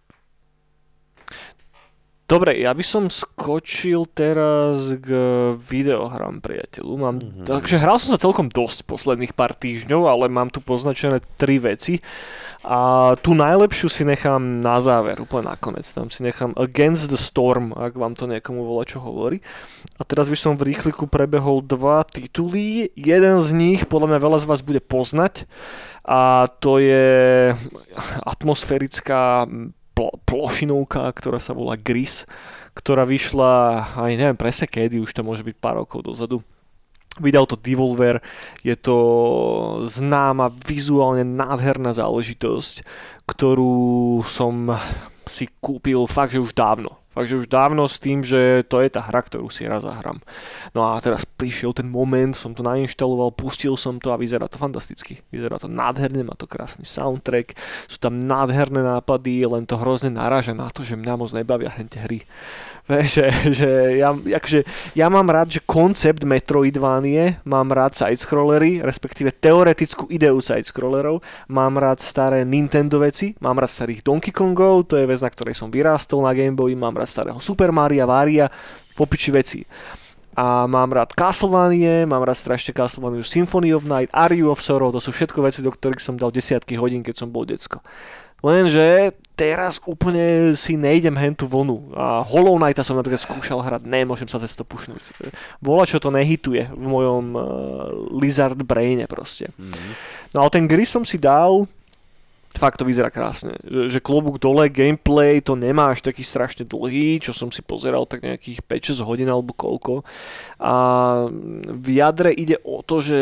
Dobre, ja by som skočil teraz k videohrám, priateľu. Mám, mm-hmm. Takže hral som sa celkom dosť posledných pár týždňov, ale mám tu poznačené tri veci. A tú najlepšiu si nechám na záver, úplne nakoniec. Tam si nechám Against the Storm, ak vám to niekomu volá, čo hovorí. A teraz by som v rýchliku prebehol dva tituly. Jeden z nich, podľa mňa veľa z vás bude poznať. A to je atmosférická plošinovka, ktorá sa volá Gris, ktorá vyšla, aj neviem presne kedy, už to môže byť pár rokov dozadu. Vydal to Devolver, je to známa, vizuálne nádherná záležitosť, ktorú som si kúpil fakt, že už dávno. Fakt, že už dávno s tým, že to je tá hra, ktorú si raz zahrám. No a teraz prišiel ten moment, som to nainštaloval, pustil som to a vyzerá to fantasticky. Vyzerá to nádherne, má to krásny soundtrack, sú tam nádherné nápady, len to hrozne naráža na to, že mňa moc nebavia hen tie hry. Že, že ja, akože, ja mám rád, že koncept Metroidvanie, mám rád sidescrollery, respektíve teoretickú ideu sidescrollerov, mám rád staré Nintendo veci, mám rád starých Donkey Kongov, to je vec, na ktorej som vyrástol na Game Boy, mám rád starého Super Maria, Varia, popiči veci. A mám rád Castlevanie, mám rád strašne Castlevania Symphony of Night, Aria of Sorrow, to sú všetko veci, do ktorých som dal desiatky hodín, keď som bol decko. Lenže teraz úplne si nejdem hen tú vlnu. A Hollow Knighta som napríklad skúšal hrať, nemôžem sa cez to pušnúť. Vola, čo to nehituje v mojom uh, lizard braine proste. Mm-hmm. No ale ten Gris som si dal, fakt to vyzerá krásne. Že, že klobúk dole, gameplay to nemá až taký strašne dlhý, čo som si pozeral tak nejakých päť šesť hodín alebo koľko. A v jadre ide o to, že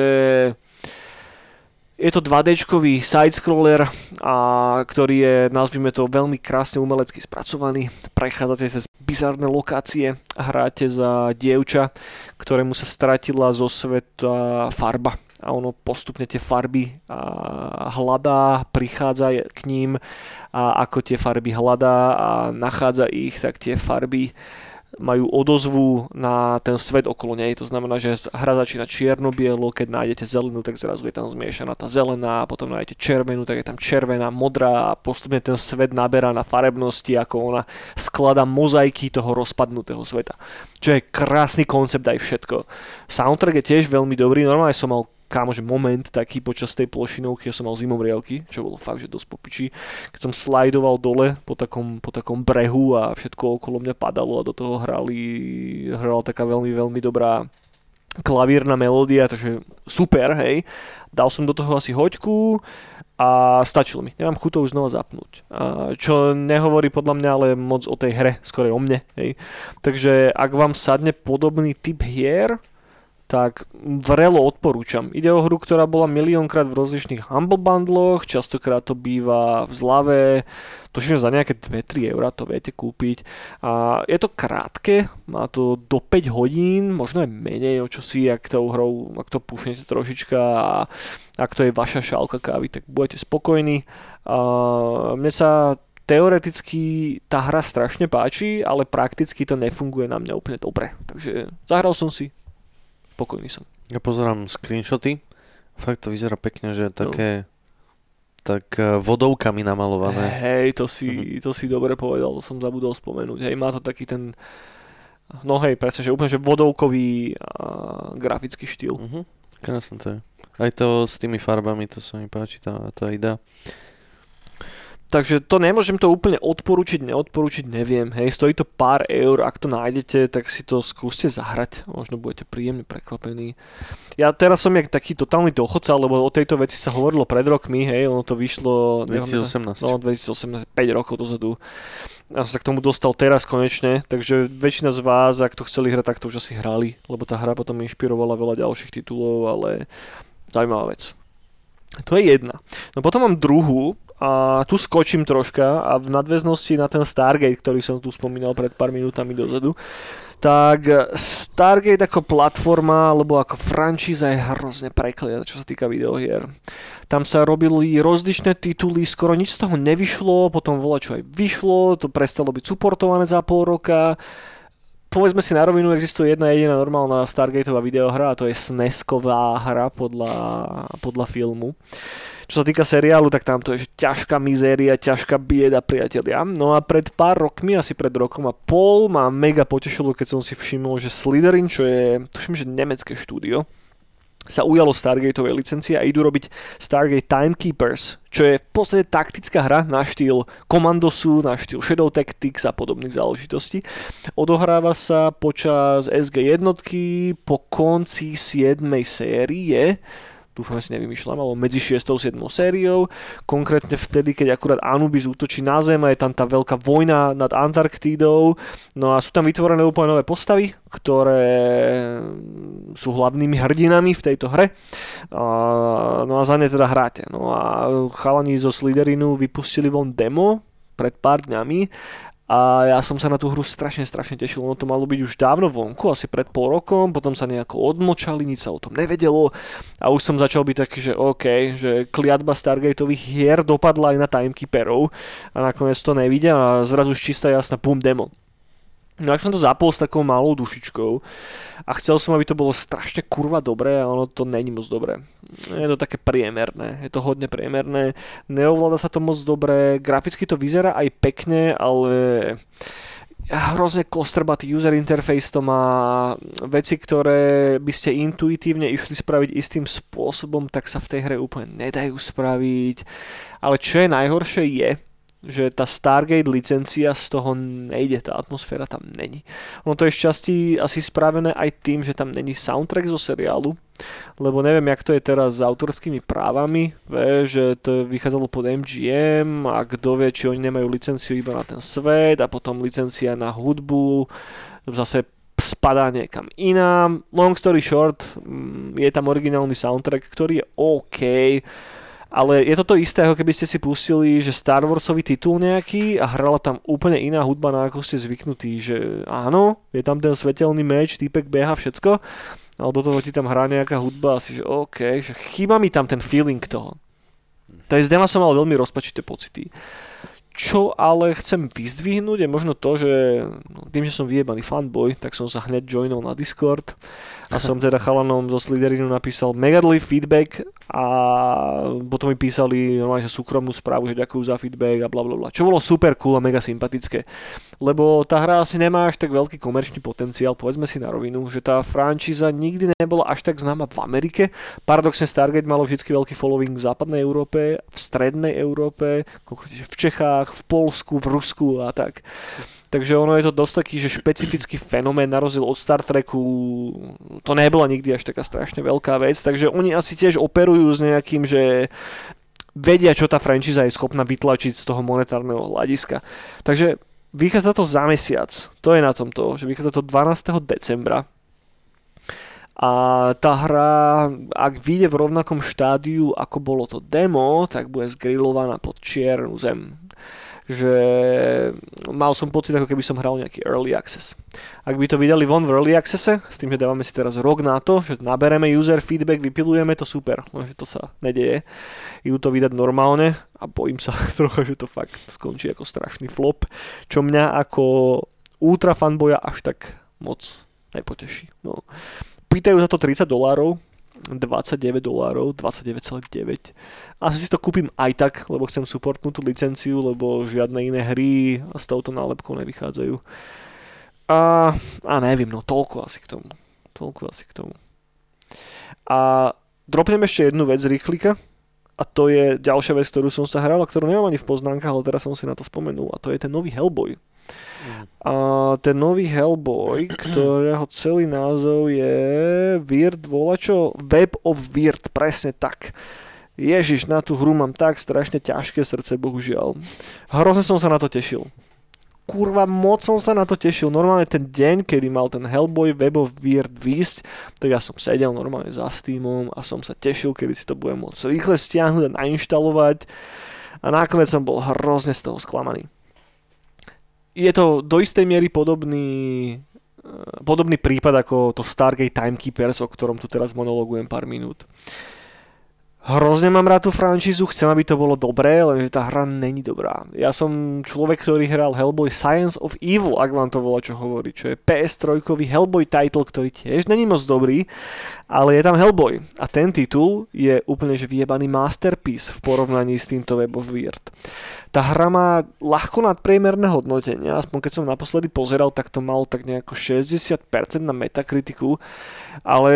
je to dva déčkový side-scroller, a ktorý je, nazvime to, veľmi krásne umelecky spracovaný. Prechádzate cez bizarné lokácie a hráte za dievča, ktorému sa stratila zo sveta farba. A ono postupne tie farby a hľadá, prichádza k ním a ako tie farby hľadá a nachádza ich, tak tie farby majú odozvu na ten svet okolo nej. To znamená, že hra začína čierno-bielo, keď nájdete zelenú, tak zrazu je tam zmiešaná tá zelená, potom nájdete červenú, tak je tam červená, modrá a postupne ten svet naberá na farebnosti, ako ona skladá mozaiky toho rozpadnutého sveta. Čo je krásny koncept aj všetko. Soundtrack je tiež veľmi dobrý, normálne som mal kámože moment taký počas tej plošinovky, ja som mal zimomriavky, čo bolo fakt, že dosť popičí. Keď som slajdoval dole po takom, po takom brehu a všetko okolo mňa padalo a do toho hrali, hrala taká veľmi, veľmi dobrá klavírna melódia, takže super, hej. Dal som do toho asi hoďku a stačilo mi. Nemám chuť to už znova zapnúť. A čo nehovorí podľa mňa ale moc o tej hre, skôr o mne, hej. Takže ak vám sadne podobný typ hier, tak vrelo odporúčam. Ide o hru, ktorá bola miliónkrát v rozličných Humble Bundloch, častokrát to býva v zlave, tuším, za nejaké dva tri eurá to viete kúpiť. A je to krátke, má to do päť hodín, možno aj menej, o čo si, ak tou hrou, ak to pušnete trošička a ak to je vaša šálka kávy, tak budete spokojní. A mne sa teoreticky tá hra strašne páči, ale prakticky to nefunguje na mňa úplne dobre. Takže zahral som si, spokojný som. Ja pozerám screenshoty, fakt to vyzerá pekne, že je také no. tak vodovkami namalované. Hej, to si, uh-huh. to si dobre povedal, to som zabudol spomenúť. Hej, má to taký ten, no hej, presne, že úplne že vodovkový a, grafický štýl. Uh-huh. Krásne to je. Aj to s tými farbami, to sa mi páči, tá, tá idea. Takže to nemôžem to úplne odporučiť, neodporučiť, neviem. Hej, stojí to pár eur, ak to nájdete, tak si to skúste zahrať. Možno budete príjemne prekvapení. Ja teraz som jak taký totálny dochodca, lebo o tejto veci sa hovorilo pred rokmi, hej, ono to vyšlo dvetisícosemnásť. No, dvetisícosemnásť, päť rokov dozadu. Ja som sa k tomu dostal teraz konečne, takže väčšina z vás, ak to chceli hrať, tak to už asi hrali, lebo tá hra potom inšpirovala veľa ďalších titulov, ale zaujímavá vec. To je jedna. No potom mám druhú, a tu skočím troška a v nadväznosti na ten Stargate, ktorý som tu spomínal pred pár minútami dozadu, tak Stargate ako platforma alebo ako franšíza je hrozne prekliatá, čo sa týka videohier. Tam sa robili rozličné tituly, skoro nič z toho nevyšlo, potom voľačo aj vyšlo, to prestalo byť suportované za pol roka. Povedzme si na rovinu, existuje jedna jediná normálna Stargateová videohra a to je SNESková hra podľa, podľa filmu. Čo sa týka seriálu, tak tam to je že ťažká mizéria, ťažká bieda, priatelia. No a pred pár rokmi, asi pred rokom a pol, ma mega potešilo, keď som si všimol, že Slytherin, čo je, tuším, že nemecké štúdio, sa ujalo Stargateovej licencie a idú robiť Stargate Timekeepers, čo je v podstate taktická hra na štýl Commandosu, na štýl Shadow Tactics a podobných záležitostí. Odohráva sa počas es gé jednotky po konci siedmej série, dúfam, si nevymýšľam, ale medzi šiestou a siedmou sériou, konkrétne vtedy, keď akurát Anubis útočí na Zem a je tam tá veľká vojna nad Antarktídou, no a sú tam vytvorené úplne nové postavy, ktoré sú hlavnými hrdinami v tejto hre, a, no a za ne teda hráte. No a chalani zo Slytherinu vypustili von demo pred pár dňami a ja som sa na tú hru strašne, strašne tešil. Ono to malo byť už dávno vonku, asi pred pol rokom, potom sa nejako odmočali, nič sa o tom nevedelo a už som začal byť taký, že OK, že kliatba Stargateových hier dopadla aj na Timekeeperov a nakoniec to nevidia a zrazu už čistá jasná pum demo. No ak som to zapol s takou malou dušičkou a chcel som, aby to bolo strašne kurva dobré a ono to není moc dobré. Je to také priemerné, je to hodne priemerné, neovláda sa to moc dobre, graficky to vyzerá aj pekne, ale hrozne kostrbatý user interface to má, veci, ktoré by ste intuitívne išli spraviť istým spôsobom, tak sa v tej hre úplne nedajú spraviť, ale čo je najhoršie je, že tá Stargate licencia z toho nejde, tá atmosféra tam není. Ono to je šťastí asi spravené aj tým, že tam není soundtrack zo seriálu, lebo neviem, jak to je teraz s autorskými právami, vie, že to vychádzalo pod em gé em a kto vie, či oni nemajú licenciu iba na ten svet a potom licencia na hudbu zase spadá niekam inám. Long story short, je tam originálny soundtrack, ktorý je OK, ale je to to isté, ako keby ste si pustili, že Star Warsový titul nejaký a hrala tam úplne iná hudba, na ako ste zvyknutí, že áno, je tam ten svetelný meč, týpek beha, všetko, ale do toho ti tam hrá nejaká hudba a si, že OK, že chýba mi tam ten feeling toho. Takže z dema som mal veľmi rozpačité pocity. Čo ale chcem vyzdvihnúť je možno to, že no, tým, že som vyjebaný fanboy, tak som sa hneď joinol na Discord a som teda chalanom zo Slytherinu napísal mega dlhý feedback a potom mi písali normálne, že súkromnú správu, že ďakujú za feedback a blablabla. Čo bolo super cool a mega sympatické. Lebo tá hra asi nemá až tak veľký komerčný potenciál, povedzme si na rovinu, že tá franšíza nikdy nebola až tak známa v Amerike. Paradoxne Stargate malo vždy veľký following v západnej Európe, v strednej Európe, konkrétne v Čechách, v Poľsku, v Rusku a tak. Takže ono je to dosť taký, že špecifický fenomén na rozdiel od Star Treku, to nebola nikdy až taká strašne veľká vec, takže oni asi tiež operujú s nejakým, že vedia, čo tá franšíza je schopná vytlačiť z toho monetárneho hľadiska. Takže vychádza to za mesiac, to je na tom to, že vychádza to dvanásteho decembra. A tá hra, ak vyjde v rovnakom štádiu, ako bolo to demo, tak bude zgrillovaná pod čiernu zem. Že mal som pocit, ako keby som hral nejaký early access. Ak by to vydali von v early accesse, s tým, že dávame si teraz rok na to, že nabereme user feedback, vypilujeme to super, lenže to sa nedeje. Idú to vydať normálne a bojím sa trocha, že to fakt skončí ako strašný flop, čo mňa ako ultra fanboya až tak moc nepoteší. No. Pýtajú za to tridsať dolárov, dvadsaťdeväť dolárov, dvadsaťdeväť celá deväť. Asi si to kúpim aj tak, lebo chcem supportnúť tú licenciu, lebo žiadne iné hry s touto nálepkou nevychádzajú. A, a neviem, no toľko asi k tomu. Toľko asi k tomu. A dropnem ešte jednu vec z rýchlika. A to je ďalšia vec, ktorú som sa hral, a ktorú nemám ani v poznámkach, ale teraz som si na to spomenul. A to je ten nový Hellboy. Mm. A ten nový Hellboy, ktorého celý názov je Weird volačo, Web of Weird, presne tak. Ježiš, na tú hru mám tak strašne ťažké srdce, bohužiaľ. Hrozne som sa na to tešil. kurva, moc som sa na to tešil. Normálne ten deň, kedy mal ten Hellboy Web of Weird výsť, tak ja som sedel normálne za Steamom a som sa tešil, kedy si to budem môcť rýchle stiahnuť a nainštalovať. A nakoniec som bol hrozne z toho sklamaný. Je to do istej miery podobný podobný prípad ako to Stargate Timekeepers, o ktorom tu teraz monologujem pár minút. Hrozne mám rád tú franšízu, chcem, aby to bolo dobré, lenže tá hra není dobrá. Ja som človek, ktorý hral Hellboy Science of Evil, ak vám to volá čo hovorí, čo je pé es tri Hellboy title, ktorý tiež není moc dobrý, ale je tam Hellboy. A ten titul je úplne že vyjebaný masterpiece v porovnaní s týmto Web of Weird. Tá hra má ľahko nadpriemerné hodnotenie, aspoň keď som naposledy pozeral, tak to malo tak nejako šesťdesiat percent na Metacriticu, ale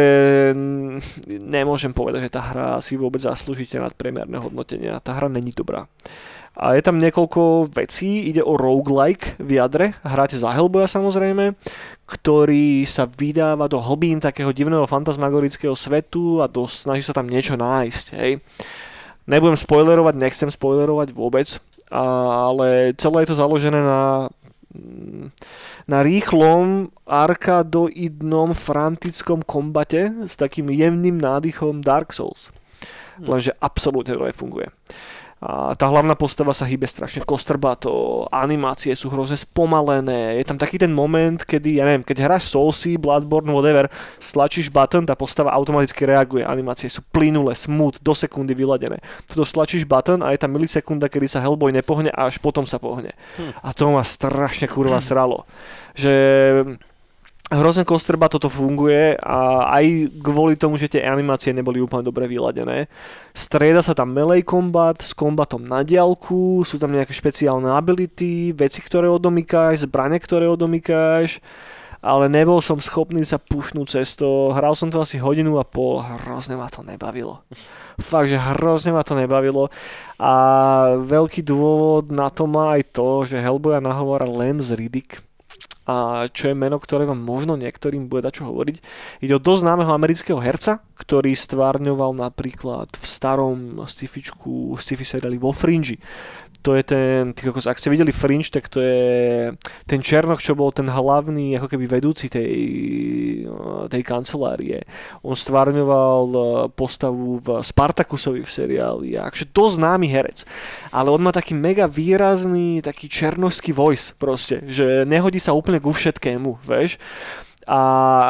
nemôžem povedať, že tá hra si vôbec zaslúžite nadpriemerné hodnotenia. Tá hra není dobrá. A je tam niekoľko vecí, ide o roguelike v jadre, hráte za Hellboya samozrejme, ktorý sa vydáva do hlbín takého divného fantasmagorického svetu a do, snaží sa tam niečo nájsť, hej. Nebudem spoilerovať, nechcem spoilerovať vôbec, ale celé je to založené na, na rýchlom, arkadoidnom, frantickom kombate s takým jemným nádychom Dark Souls. Lenže absolútne to nefunguje. A tá hlavná postava sa hýbe strašne kostrbato, animácie sú hrozne spomalené, je tam taký ten moment, kedy, ja neviem, keď hráš Soulsy, Bloodborne, whatever, stlačíš button, tá postava automaticky reaguje, animácie sú plynulé, smooth, do sekundy vyladené. Toto stlačíš button a je tam milisekunda, kedy sa Hellboy nepohne a až potom sa pohne. Hm. A to ma strašne kurva sralo. Že hrozne kostrba toto funguje a aj kvôli tomu, že tie animácie neboli úplne dobre vyladené. Strieda sa tam melee combat s kombatom na diaľku, sú tam nejaké špeciálne ability, veci, ktoré odomykáš, zbrane, ktoré odomykáš, ale nebol som schopný sa pušnúť cez to. Hral som to asi hodinu a pol, hrozne ma to nebavilo. Fakt, že hrozne ma to nebavilo a veľký dôvod na to má aj to, že Hellboya nahovára Lance Reddick, a čo je meno, ktoré vám možno niektorým bude dať čo hovoriť. Ide o dosť známeho amerického herca, ktorý stvárňoval napríklad v starom sci-fičku, sci-fi seriáli vo Fringe. To je ten, tí kokos, ak ste videli Fringe, tak to je ten Černoch, čo bol ten hlavný ako keby vedúci tej, tej kancelárie. On stvárňoval postavu v Spartakusovi v seriáli, akže dosť známy herec. Ale on má taký mega výrazný, taký černošský voice proste, že nehodí sa úplne ku všetkému, vieš. A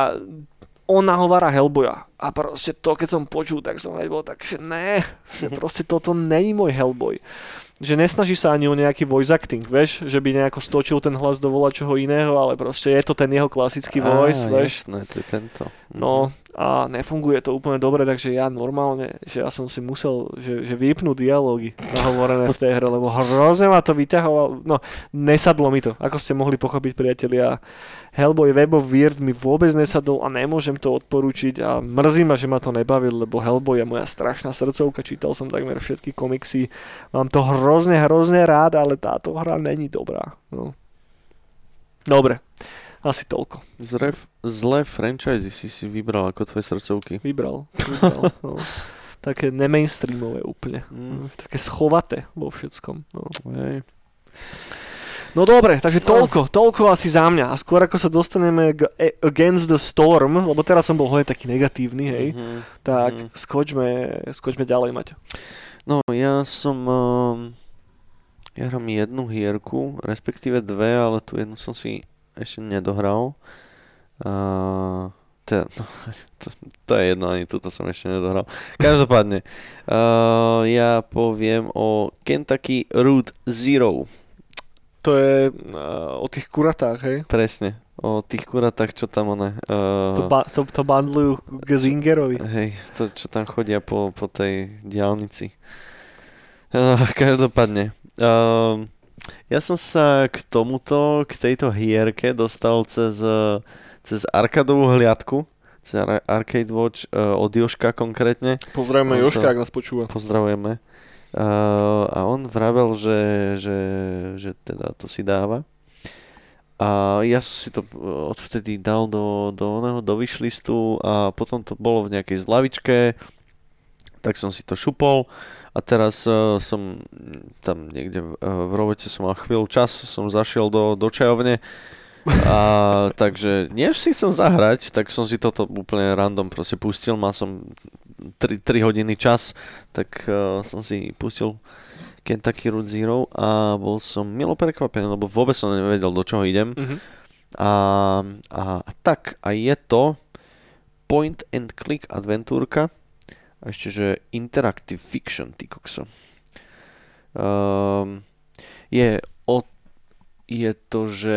on nahovára Hellboya. A proste to, keď som počul, tak som aj bol tak, že ne, že proste toto není môj Hellboy. Že nesnaží sa ani o nejaký voice acting, vieš, že by nejako stočil ten hlas do volačoho iného, ale proste je to ten jeho klasický voice, Á, vieš. Jasné, to je tento. No a nefunguje to úplne dobre, takže ja normálne, že ja som si musel, že, že vypnúť dialógy nahovorené v tej hre, lebo hrozne ma to vyťahovalo, no nesadlo mi to, ako ste mohli pochopiť, priatelia. Hellboy Web of Weird mi vôbec nesadol a nemôžem to odporúčiť a mrzí ma, že ma to nebavil, lebo Hellboy je moja strašná srdcovka, čítal som takmer všetky komiksy, mám to hrozne, hrozne rád, ale táto hra není dobrá. No. Dobre, asi toľko. Zle, zlé franchise si si vybral ako tvoje srdcovky. Vybral, vybral, no. Také nemainstreamové úplne, mm. také schovaté vo všetkom. No. Hej. No dobre, takže toľko, toľko asi za mňa. A skôr ako sa dostaneme k Against the Storm, lebo teraz som bol hodne taký negatívny, hej, mm-hmm. tak mm-hmm. skočme, skočme ďalej, Maťo. No, ja som... Um, ja hrám jednu hierku, respektíve dve, ale tu jednu som si ešte nedohral. Uh, to, no, to, to je jedno, ani túto som ešte nedohral. Každopádne, uh, ja poviem o Kentucky Route Zero. To je uh, o tých kuratách, hej? Presne, o tých kuratách, čo tam one... Uh, to, ba- to, to bandlujú k Zingerovi. Hej, to, čo tam chodia po, po tej diaľnici. Uh, každopádne. Uh, ja som sa k tomuto, k tejto hierke dostal cez, cez arkadovú hliadku, cez Arcade Watch uh, od Joška konkrétne. Pozdravujeme Joška, ak nás počúva. Pozdravujeme. Uh, a on vravel, že, že, že teda to si dáva. A ja som si to odvtedy dal do, do oného, do wishlistu a potom to bolo v nejakej zlavičke, tak som si to šupol a teraz uh, som tam niekde v, uh, v robote som mal chvíľu čas, som zašiel do, do čajovne a takže nie si chcem zahrať, tak som si toto úplne random proste pustil, mal som tri hodiny čas, tak uh, som si pustil Kentucky Route Zero a bol som milo prekvapený, lebo vôbec som nevedel, do čoho idem. Mm-hmm. A, a tak, a je to point and click adventúrka a ešte, že interactive fiction, ty kokso. Um, je, o, je to, že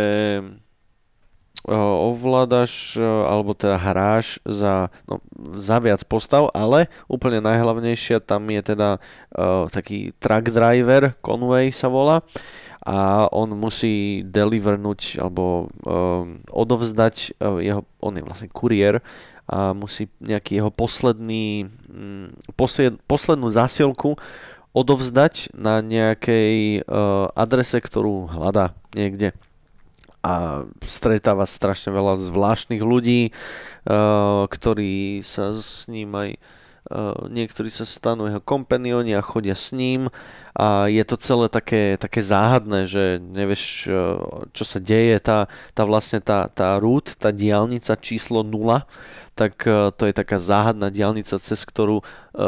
uh, ovládaš, uh, alebo teda hráš za, no, za viac postav, ale úplne najhlavnejšia tam je teda uh, taký truck driver, Conway sa volá, a on musí delivernúť alebo um, odovzdať uh, jeho, on je vlastne kuriér a musí nejaký jeho posledný um, posled, poslednú zásielku odovzdať na nejakej uh, adrese, ktorú hľadá niekde. A stretáva strašne veľa zvláštnych ľudí, uh, ktorí sa s ním aj uh, niektorí sa stanú jeho kompanioni a chodia s ním. A je to celé také, také záhadné, že nevieš, čo sa deje. Tá, tá vlastne tá, tá route, tá diaľnica číslo nula, tak to je taká záhadná diaľnica, cez ktorú,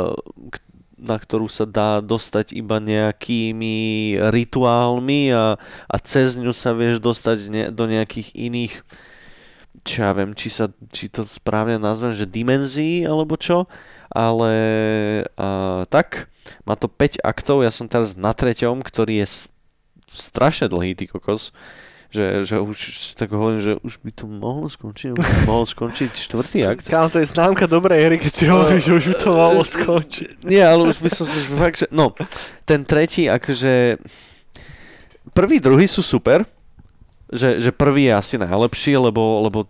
na ktorú sa dá dostať iba nejakými rituálmi a, a cez ňu sa vieš dostať ne, do nejakých iných, čo ja viem, či, sa, či to správne nazvem, že dimenzií alebo čo, ale a, tak... Má to päť aktov, ja som teraz na treťom, ktorý je strašne dlhý, ty kokos. Že, že už tak hovorím, že už by to mohlo skončiť, už by mohol skončiť štvrtý akt. Kámo, to je známka dobrej hry, keď si hovoríš, že už by to mohlo skončiť. Nie, ale už by som si fakt, že... No, ten tretí, akože... Prvý, druhý sú super. Že, že prvý je asi najlepší, lebo... lebo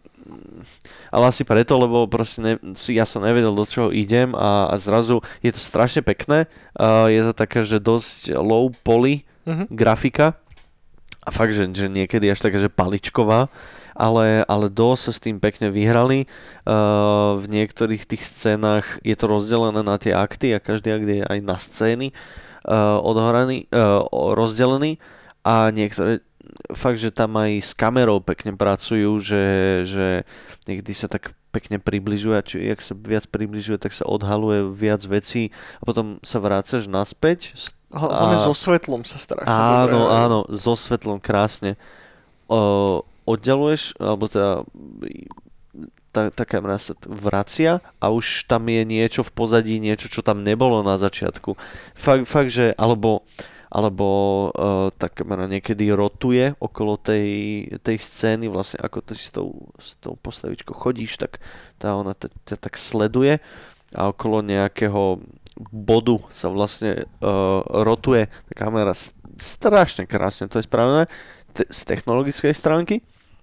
ale asi preto, lebo proste ne, si, ja som nevedel, do čoho idem a, a zrazu je to strašne pekné. Uh, je to taká, že dosť low poly uh-huh. grafika a fakt, že, že niekedy až taká, že paličková, ale, ale dosť sa s tým pekne vyhrali. Uh, v niektorých tých scénach je to rozdelené na tie akty a každý akt je aj na scény uh, odhoraný, uh, rozdelený a niektoré fakt, že tam aj s kamerou pekne pracujú, že, že niekedy sa tak pekne približuje a či, jak sa viac približuje, tak sa odhaluje viac vecí a potom sa vrácaš naspäť. Hlavne so svetlom sa strašne. Áno, dobré. áno, so svetlom krásne. O, oddialuješ, alebo teda tá, tá kamera sa vracia a už tam je niečo v pozadí, niečo, čo tam nebolo na začiatku. Fakt, fakt že, alebo alebo uh, tá kamera niekedy rotuje okolo tej, tej scény, vlastne ako to s tou, s tou postavičkou chodíš, tak tá ona ťa tak sleduje a okolo nejakého bodu sa vlastne uh, rotuje tá kamera strašne krásne, to je spravené te- z technologickej stránky.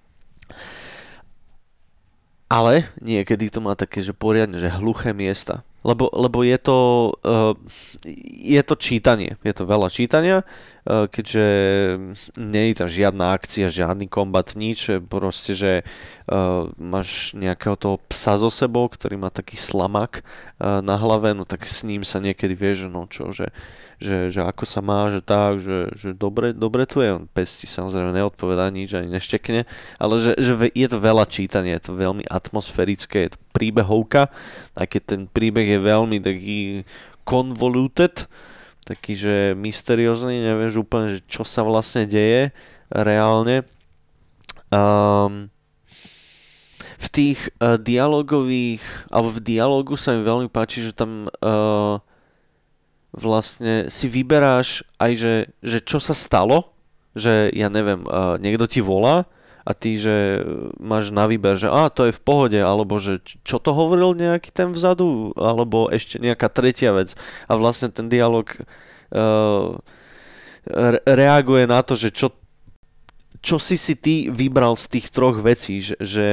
Ale niekedy to má také, že poriadne, že hluché miesta. Lebo, lebo je to uh, je to čítanie, je to veľa čítania, uh, keďže nie je tam žiadna akcia, žiadny kombat, nič, proste, že uh, máš nejakého toho psa so sebou, ktorý má taký slamak uh, na hlave, no tak s ním sa niekedy vie, že no čo, že, že, že ako sa má, že tak, že, že dobre, dobre tu je, on pes ti samozrejme neodpovedá nič, ani neštekne, ale že, že je to veľa čítania, je to veľmi atmosférické, je to príbehovka, aj keď ten príbeh je veľmi taký convoluted, taký, že mysteriózny, nevieš úplne, že čo sa vlastne deje reálne. Um, v tých uh, dialogových, alebo v dialogu sa mi veľmi páči, že tam uh, vlastne si vyberáš aj, že, že čo sa stalo, že ja neviem, uh, niekto ti volá, a ty, že máš na výber, že a to je v pohode, alebo že čo to hovoril nejaký ten vzadu, alebo ešte nejaká tretia vec. A vlastne ten dialog uh, re- reaguje na to, že čo, čo si si ty vybral z tých troch vecí, že, že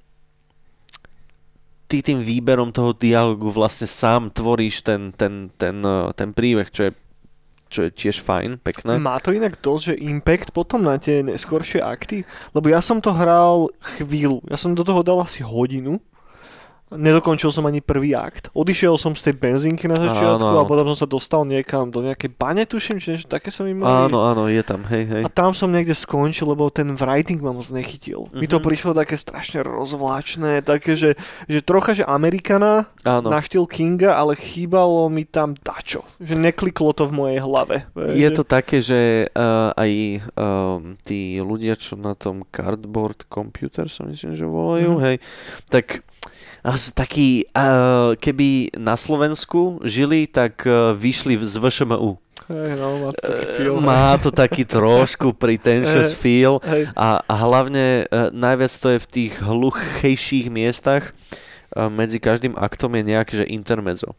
ty tým výberom toho dialogu vlastne sám tvoríš ten, ten, ten, ten príbeh, čo je čo je tiež fajn, pekné. Má to inak dosť, že impact potom na tie neskoršie akty? Lebo ja som to hral chvíľu. Ja som do toho dal asi hodinu. nedokončil som ani prvý akt. Odišiel som z tej benzínky na začiatku áno, áno. a potom som sa dostal niekam do nejakej bane, tuším, či niečo také sa mi mali. Áno, áno, je tam, hej, hej. A tam som niekde skončil, lebo ten writing ma moc nechytil. Mm-hmm. Mi to Mhm. prišlo také strašne rozvláčne, také, že, že trocha, že Amerikana Áno. na štýl Kinga, ale chýbalo mi tam dačo. Že nekliklo to v mojej hlave. Je to také, že uh, aj um, tí ľudia, čo na tom Cardboard Computer sa myslím, že volajú, Mhm. hej, tak asi taký, uh, keby na Slovensku žili, tak uh, vyšli z vé šé em ú. Hej, no, má to taký feel. Má to taký trošku pretentious Hej. feel Hej. a, a hlavne uh, najviac to je v tých hluchejších miestach. Uh, medzi každým aktom je nejaké, že intermezzo.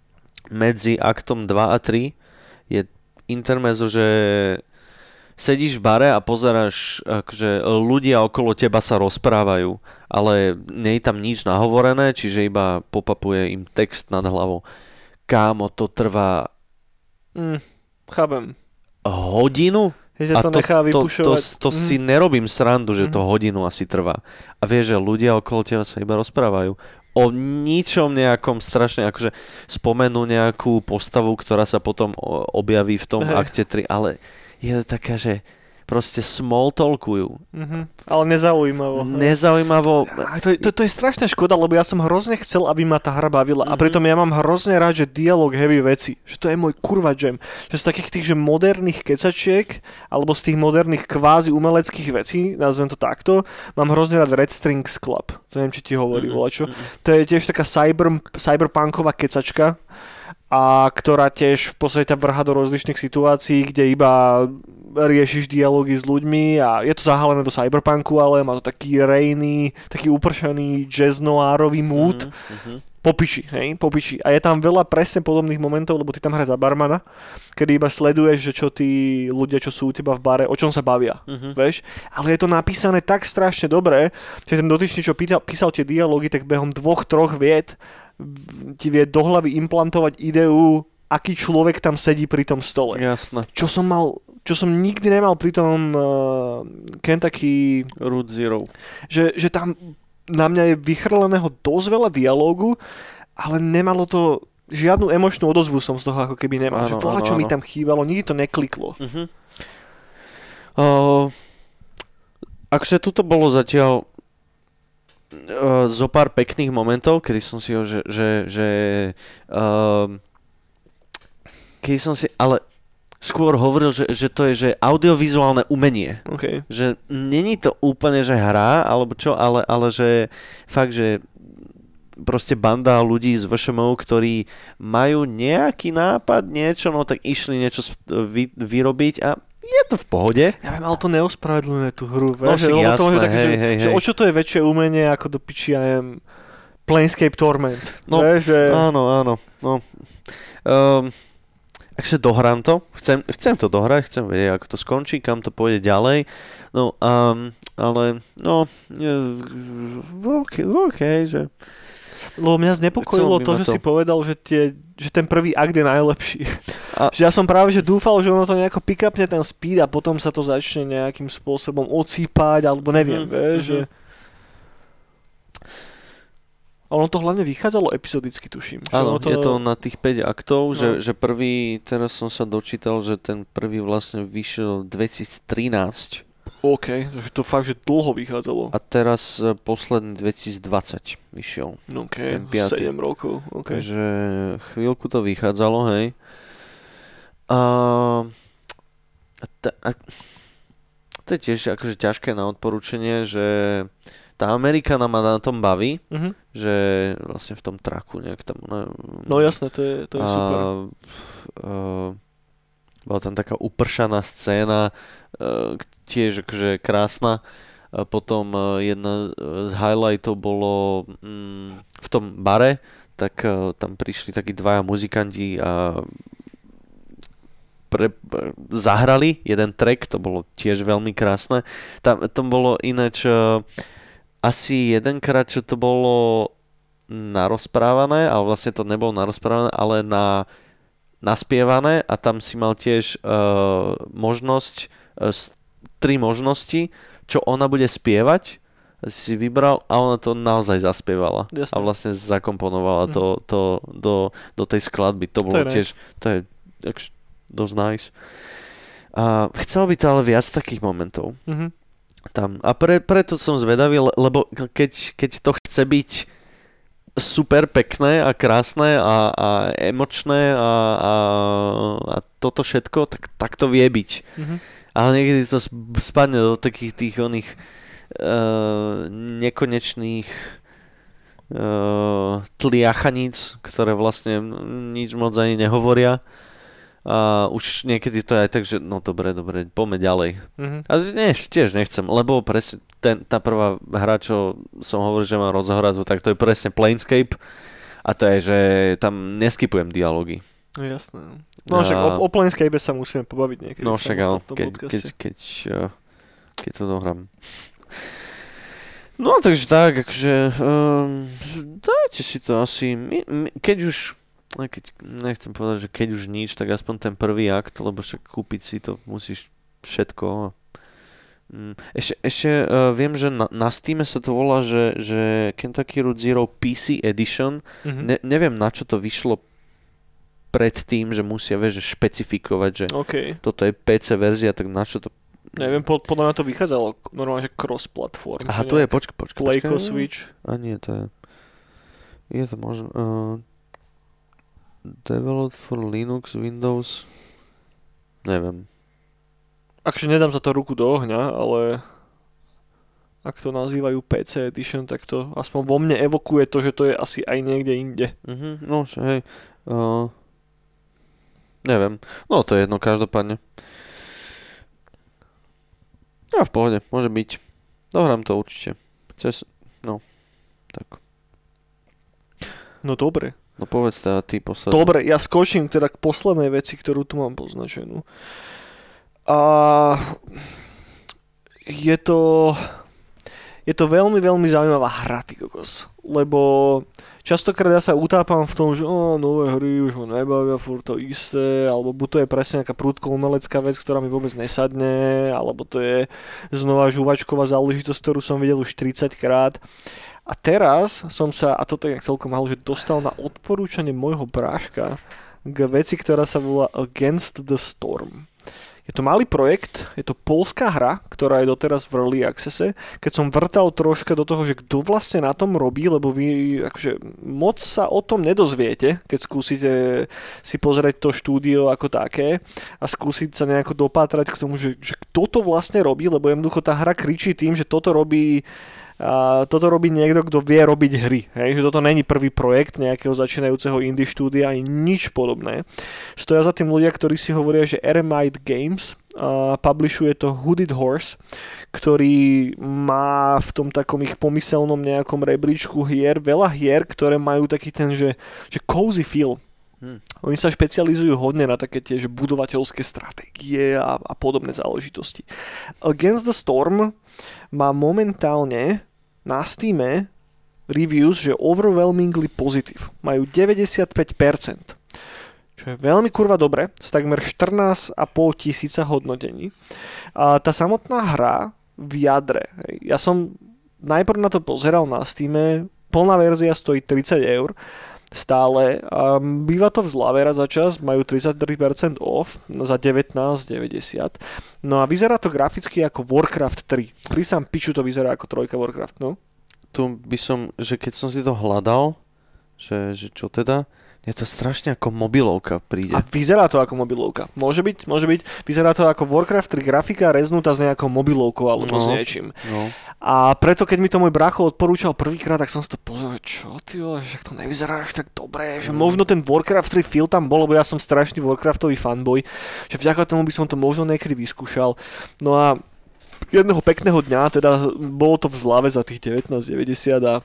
Medzi aktom dva a tri je intermezzo, že sedíš v bare a pozeráš, akože ľudia okolo teba sa rozprávajú, ale nie je tam nič nahovorené, čiže iba popapuje im text nad hlavou. Kámo, to trvá Mm, chápem. hodinu? Že to nechá to, to, vypušovať. to Mhm. si nerobím srandu, že to Mhm. hodinu asi trvá. A vieš, že ľudia okolo teba sa iba rozprávajú o ničom nejakom strašne, akože spomenú nejakú postavu, ktorá sa potom o- objaví v tom Hej. akte tri, ale je to taká, že proste small talkujú. Mhm. Ale nezaujímavo. hej. Nezaujímavo. A to, to, to je strašná škoda, lebo ja som hrozne chcel, aby ma tá hra bavila. A Mhm. pritom ja mám hrozne rád, že dialog heavy veci. Že to je môj kurva jam. Že z takých tých, že moderných kecačiek, alebo z tých moderných kvázi umeleckých vecí, nazvem to takto, mám hrozne rád Red Strings Club. To neviem, či ti hovorí, Mhm, volačo. mhm. To je tiež taká cyber, cyberpunková kecačka, a ktorá tiež v podstate vrha do rozličných situácií, kde iba riešiš dialógy s ľuďmi a je to zahalené do cyberpunku, ale má to taký rainy, taký upršaný jazz noirový mood. Mhm, mhm. Popiči, hej, popiči. A je tam veľa presne podobných momentov, lebo ty tam hráš za barmana, kedy iba sleduješ, že čo tí ľudia, čo sú u teba v bare, o čom sa bavia. Mhm. Vieš? Ale je to napísané tak strašne dobre, že ten dotyčný, čo pýtal, písal tie dialógy, tak behom dvoch, troch viet ti vie do hlavy implantovať ideu, aký človek tam sedí pri tom stole. Jasné. Čo som mal, čo som nikdy nemal pri tom uh, Kentucky, Root Zero. že, že tam na mňa je vychrleného dosť veľa dialógu, ale nemalo to žiadnu emočnú odozvu som z toho ako keby nemal. Áno, Že voľa, áno, čo mi áno. tam chýbalo, nikdy to nekliklo. Mhm. Uh, akže tuto bolo zatiaľ uh, zo pár pekných momentov, kedy som si ho, že, že, že uh, kedy som si, ale skôr hovoril, že, že to je, že audiovizuálne umenie. Okay. Že není to úplne, že hra, alebo čo, ale, ale že fakt, že proste banda ľudí z vé šé em ú, ktorí majú nejaký nápad, niečo, no tak išli niečo sp- vy, vyrobiť a je to v pohode. Ja viem, ale to neospravedlňuje tú hru. No vieš, však lebo to jasné, je také, hej, že, hej, že hej. o čo to je väčšie umenie ako do piči, ja neviem, Planescape Torment. No, vieš, že... Áno, áno. No. Um, akže dohrám to, chcem, chcem to dohrať, chcem vedieť, ako to skončí, kam to pôjde ďalej. No, um, ale, no, ok, ok, že... Lebo mňa znepokojilo Chcel by to, ma že to. si povedal, že, tie, že ten prvý akt je najlepší. A- Že ja som práve že dúfal, že ono to nejako pick-upne ten speed a potom sa to začne nejakým spôsobom ocípať, alebo neviem, Mhm, vieš, mhm. že... A ono to hlavne vychádzalo epizodicky, tuším. Že Áno, ono to... je to na tých päť aktov, No. že, že prvý, teraz som sa dočítal, že ten prvý vlastne vyšiel dvetisíctrinásť OK, takže to fakt, že dlho vychádzalo. a teraz e, posledný dvetisícdvadsať vyšiel. OK, ten piaty. sedem rokov, OK. Takže chvíľku to vychádzalo, hej. A, a, ta, a to je tiež akože ťažké na odporúčanie, že tá Amerikana ma na tom baví, Mhm. že vlastne v tom traku nejak tam... Ne, No jasné, to je, to je a, super. Uh, bola tam taká upršaná scéna, uh, tiež akože krásna. A potom uh, jedna z highlightov bolo um, v tom bare, tak uh, tam prišli takí dvaja muzikanti a pre, zahrali jeden track, to bolo tiež veľmi krásne. Tam, tam bolo ináč uh, asi jedenkrát, čo to bolo narozprávané, ale vlastne to nebolo narozprávané, ale na naspievané a tam si mal tiež uh, možnosť, uh, tri možnosti, čo ona bude spievať si vybral a ona to naozaj zaspievala. Jasne. A vlastne zakomponovala Mhm. to, to do, do tej skladby. To bolo je tiež, to je akž, dosť nice. A chcelo by to ale viac takých momentov. Mhm. Tam. A pre, preto som zvedavý, le- lebo keď, keď to chce byť super pekné a krásne a, a emočné a, a, a toto všetko, tak, tak to vie byť. Mhm. Ale niekedy to sp- spadne do takých tých oných uh, nekonečných uh, tliachaníc, ktoré vlastne nič moc ani nehovoria. A už niekedy to je aj tak, že no dobre, dobre, poďme ďalej. Mhm. A nie, tiež nechcem, lebo presne ten, tá prvá hra, čo som hovoril, že mám rozohrať, tak to je presne Planescape a to je, že tam neskipujem dialógy. No jasné. No však o, o Planescape sa musíme pobaviť niekedy. No v však áno, samostatnom keď, keď, podcaste. keď, uh, keď to dohrám. No takže tak, akože um, dajte si to asi, my, my, keď už, keď, nechcem povedať, že keď už nič, tak aspoň ten prvý akt, lebo však kúpiť si to musíš všetko. Ešte, ešte uh, viem, že na, na Steame sa to volá, že, že Kentucky Route Zero pé cé Edition. Mhm. Ne, neviem, na čo to vyšlo predtým, že musia, vieš, že špecifikovať, že OK. toto je pé cé verzia, tak na čo to... Neviem, pod, podľa mňa to vychádzalo normálne, že cross-platform. Aha, že tu je, nejak počkaj, počkaj. Playko počkaj. Switch. A nie, to je... Je to možno... Uh, developed for Linux, Windows... Neviem. Akže nedám za to ruku do ohňa, ale ak to nazývajú pé cé Edition, tak to aspoň vo mne evokuje to, že to je asi aj niekde inde. Mhm, no, že hej. Uh, neviem. No, to je jedno, každopádne. Ja v pohode, môže byť. Dohrám to určite. Cez... No, tak. No dobre. No povedz teda ty posledný. Dobre, ja skočím teda k poslednej veci, ktorú tu mám poznačenú. A je to je to veľmi, veľmi zaujímavá hra, ty kokos. Lebo častokrát ja sa utápam v tom, že ó, nové hry už ma nebavia, furt to isté, alebo buď to je presne nejaká prudko umelecká vec, ktorá mi vôbec nesadne, alebo to je znova žuvačková záležitosť, ktorú som videl už tridsať krát. A teraz som sa, a toto je celkom málo, že dostal na odporúčanie môjho bráška k veci, ktorá sa volá Against the Storm. Je to malý projekt, je to poľská hra, ktorá je doteraz v Early Accesse. Keď som vrtal troška do toho, že kto vlastne na tom robí, lebo vy akože moc sa o tom nedozviete, keď skúsite si pozrieť to štúdio ako také a skúsiť sa nejako dopátrať k tomu, že, že kto to vlastne robí, lebo jednoducho tá hra kričí tým, že toto robí A toto robí niekto, kto vie robiť hry. Hej? Že toto není prvý projekt nejakého začínajúceho indie štúdia ani nič podobné. Stoja za tým ľudia, ktorí si hovoria, že Eremite Games uh, publishuje to Hooded Horse, ktorý má v tom takom ich pomyselnom nejakom rebríčku hier veľa hier, ktoré majú taký ten, že, že cozy feel. Hmm. Oni sa špecializujú hodne na také tie že budovateľské stratégie a, a podobné záležitosti. Against the Storm má momentálne na Steame reviews, že overwhelmingly positive. Majú deväťdesiatpäť percent. Čo je veľmi kurva dobre, z takmer štrnásť a pol tisíca hodnotení. A tá samotná hra v jadre. Ja som najprv na to pozeral na Steame, plná verzia stojí tridsať eur stále. A býva to v zlave raz za čas, majú tridsaťtri percent off za devätnásť deväťdesiat. No a vyzerá to graficky ako Warcraft tri. Pri sám piču to vyzerá ako trojka Warcraft, no? Tu by som, že keď som si to hľadal, že, že čo teda, je to strašne ako mobilovka príde. A vyzerá to ako mobilovka. Môže byť, môže byť. Vyzerá to ako Warcraft tri grafika reznutá s nejakou mobilovkou alebo no, s niečím. No. A preto, keď mi to môj brácho odporúčal prvýkrát, tak som si to pozrel, čo ty vole, že to nevyzerá až tak dobre, že možno ten Warcraft tri feel tam bol, lebo ja som strašný Warcraftový fanboy, že vďaka tomu by som to možno niekedy vyskúšal. No a jedného pekného dňa, teda bolo to v zlave za tých devätnásť deväťdesiat a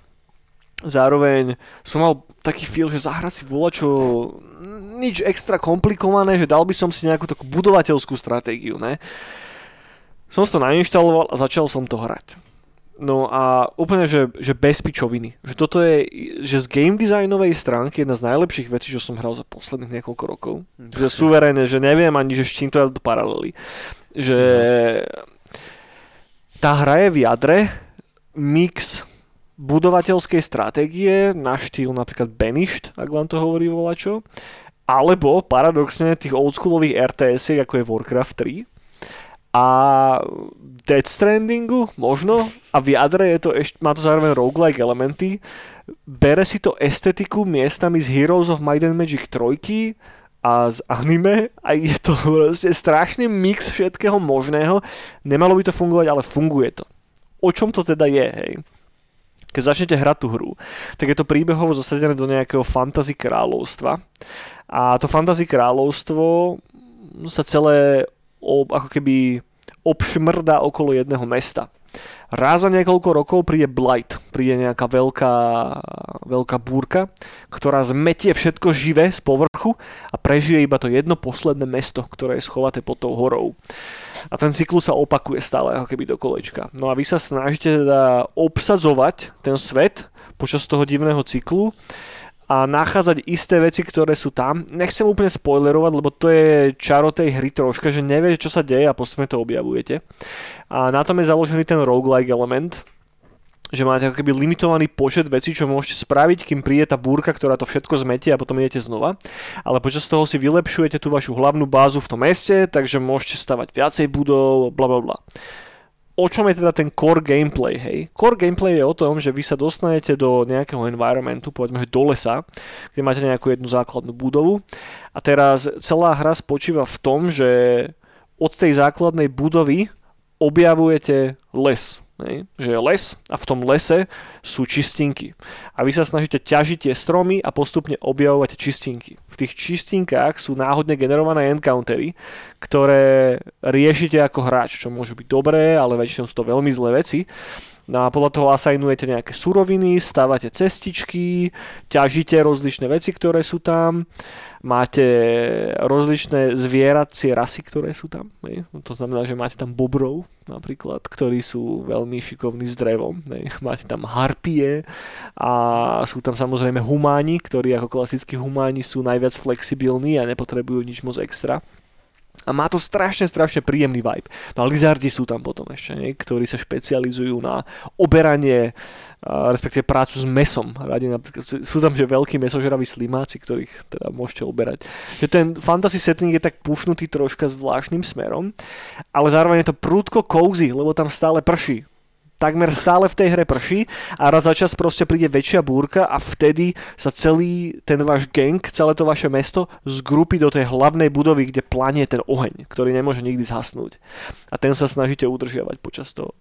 zároveň som mal taký feel, že zahrať si volačo nič extra komplikované, že dal by som si nejakú takú budovateľskú stratégiu, ne? Som si to nainštaloval a začal som to hrať. No a úplne, že, že bez pičoviny. Že toto je, že z game designovej stránky jedna z najlepších vecí, čo som hral za posledných niekoľko rokov. Že suverénne, že neviem ani, že s čím to je do paralely. Že tá hra je v jadre mix budovateľskej stratégie na štýl napríklad Banished, ak vám to hovorí volačo, alebo paradoxne tých oldschoolových er té esiek, ako je Warcraft tri a Death Strandingu možno a v jadre je to ešte, má to zároveň roguelike elementy, bere si to estetiku miestami z Heroes of Might and Magic tri a z anime a je to proste strašný mix všetkého možného, nemalo by to fungovať, ale funguje to. O čom to teda je, hej? Keď začnete hrať tú hru, tak je to príbehovo zasadené do nejakého fantasy kráľovstva. A to fantasy kráľovstvo sa celé ob, ako keby obšmrdá okolo jedného mesta. Raz za niekoľko rokov príde Blight, príde nejaká veľká, veľká búrka, ktorá zmetie všetko živé z povrchu a prežije iba to jedno posledné mesto, ktoré je schovaté pod tou horou. A ten cyklus sa opakuje stále ako keby do kolečka. No a vy sa snažíte teda obsadzovať ten svet počas toho divného cyklu a nachádzať isté veci, ktoré sú tam. Nechcem úplne spoilerovať, lebo to je čaro tej hry troška, že neviete, čo sa deje a postupne to objavujete. A na tom je založený ten roguelike element, že máte ako keby limitovaný počet vecí, čo môžete spraviť, kým príde tá búrka, ktorá to všetko zmetie a potom idete znova. Ale počas toho si vylepšujete tú vašu hlavnú bázu v tom meste, takže môžete stavať viacej budov, bla bla bla. O čom je teda ten core gameplay, hej? Core gameplay je o tom, že vy sa dostanete do nejakého environmentu, povedzme, že do lesa, kde máte nejakú jednu základnú budovu a teraz celá hra spočíva v tom, že od tej základnej budovy objavujete les. Hej, že je les a v tom lese sú čistinky. A vy sa snažíte ťažiť tie stromy a postupne objavovať čistinky. V tých čistinkách sú náhodne generované encountery, ktoré riešite ako hráč, čo môžu byť dobré, ale väčšinou sú to veľmi zlé veci. No a podľa toho assignujete nejaké suroviny, stávate cestičky, ťažíte rozličné veci, ktoré sú tam, máte rozličné zvieracie rasy, ktoré sú tam. Ne? To znamená, že máte tam bobrov napríklad, ktorí sú veľmi šikovní s drevom. Ne? Máte tam harpie a sú tam samozrejme humáni, ktorí ako klasickí humáni sú najviac flexibilní a nepotrebujú nič moc extra. A má to strašne, strašne príjemný vibe. No a lizardi sú tam potom ešte, nie? Ktorí sa špecializujú na oberanie, respektíve prácu s mesom. Radi napríklad, sú tam že veľkí mesožraví slimáci, ktorých teda môžete oberať. Že ten fantasy setting je tak pušnutý troška zvláštnym smerom, ale zároveň je to prudko cozy, lebo tam stále prší. Takmer stále v tej hre prší a raz za čas proste príde väčšia búrka a vtedy sa celý ten váš gang, celé to vaše mesto zgrupí do tej hlavnej budovy, kde planie ten oheň, ktorý nemôže nikdy zhasnúť. A ten sa snažíte udržiavať počas toho.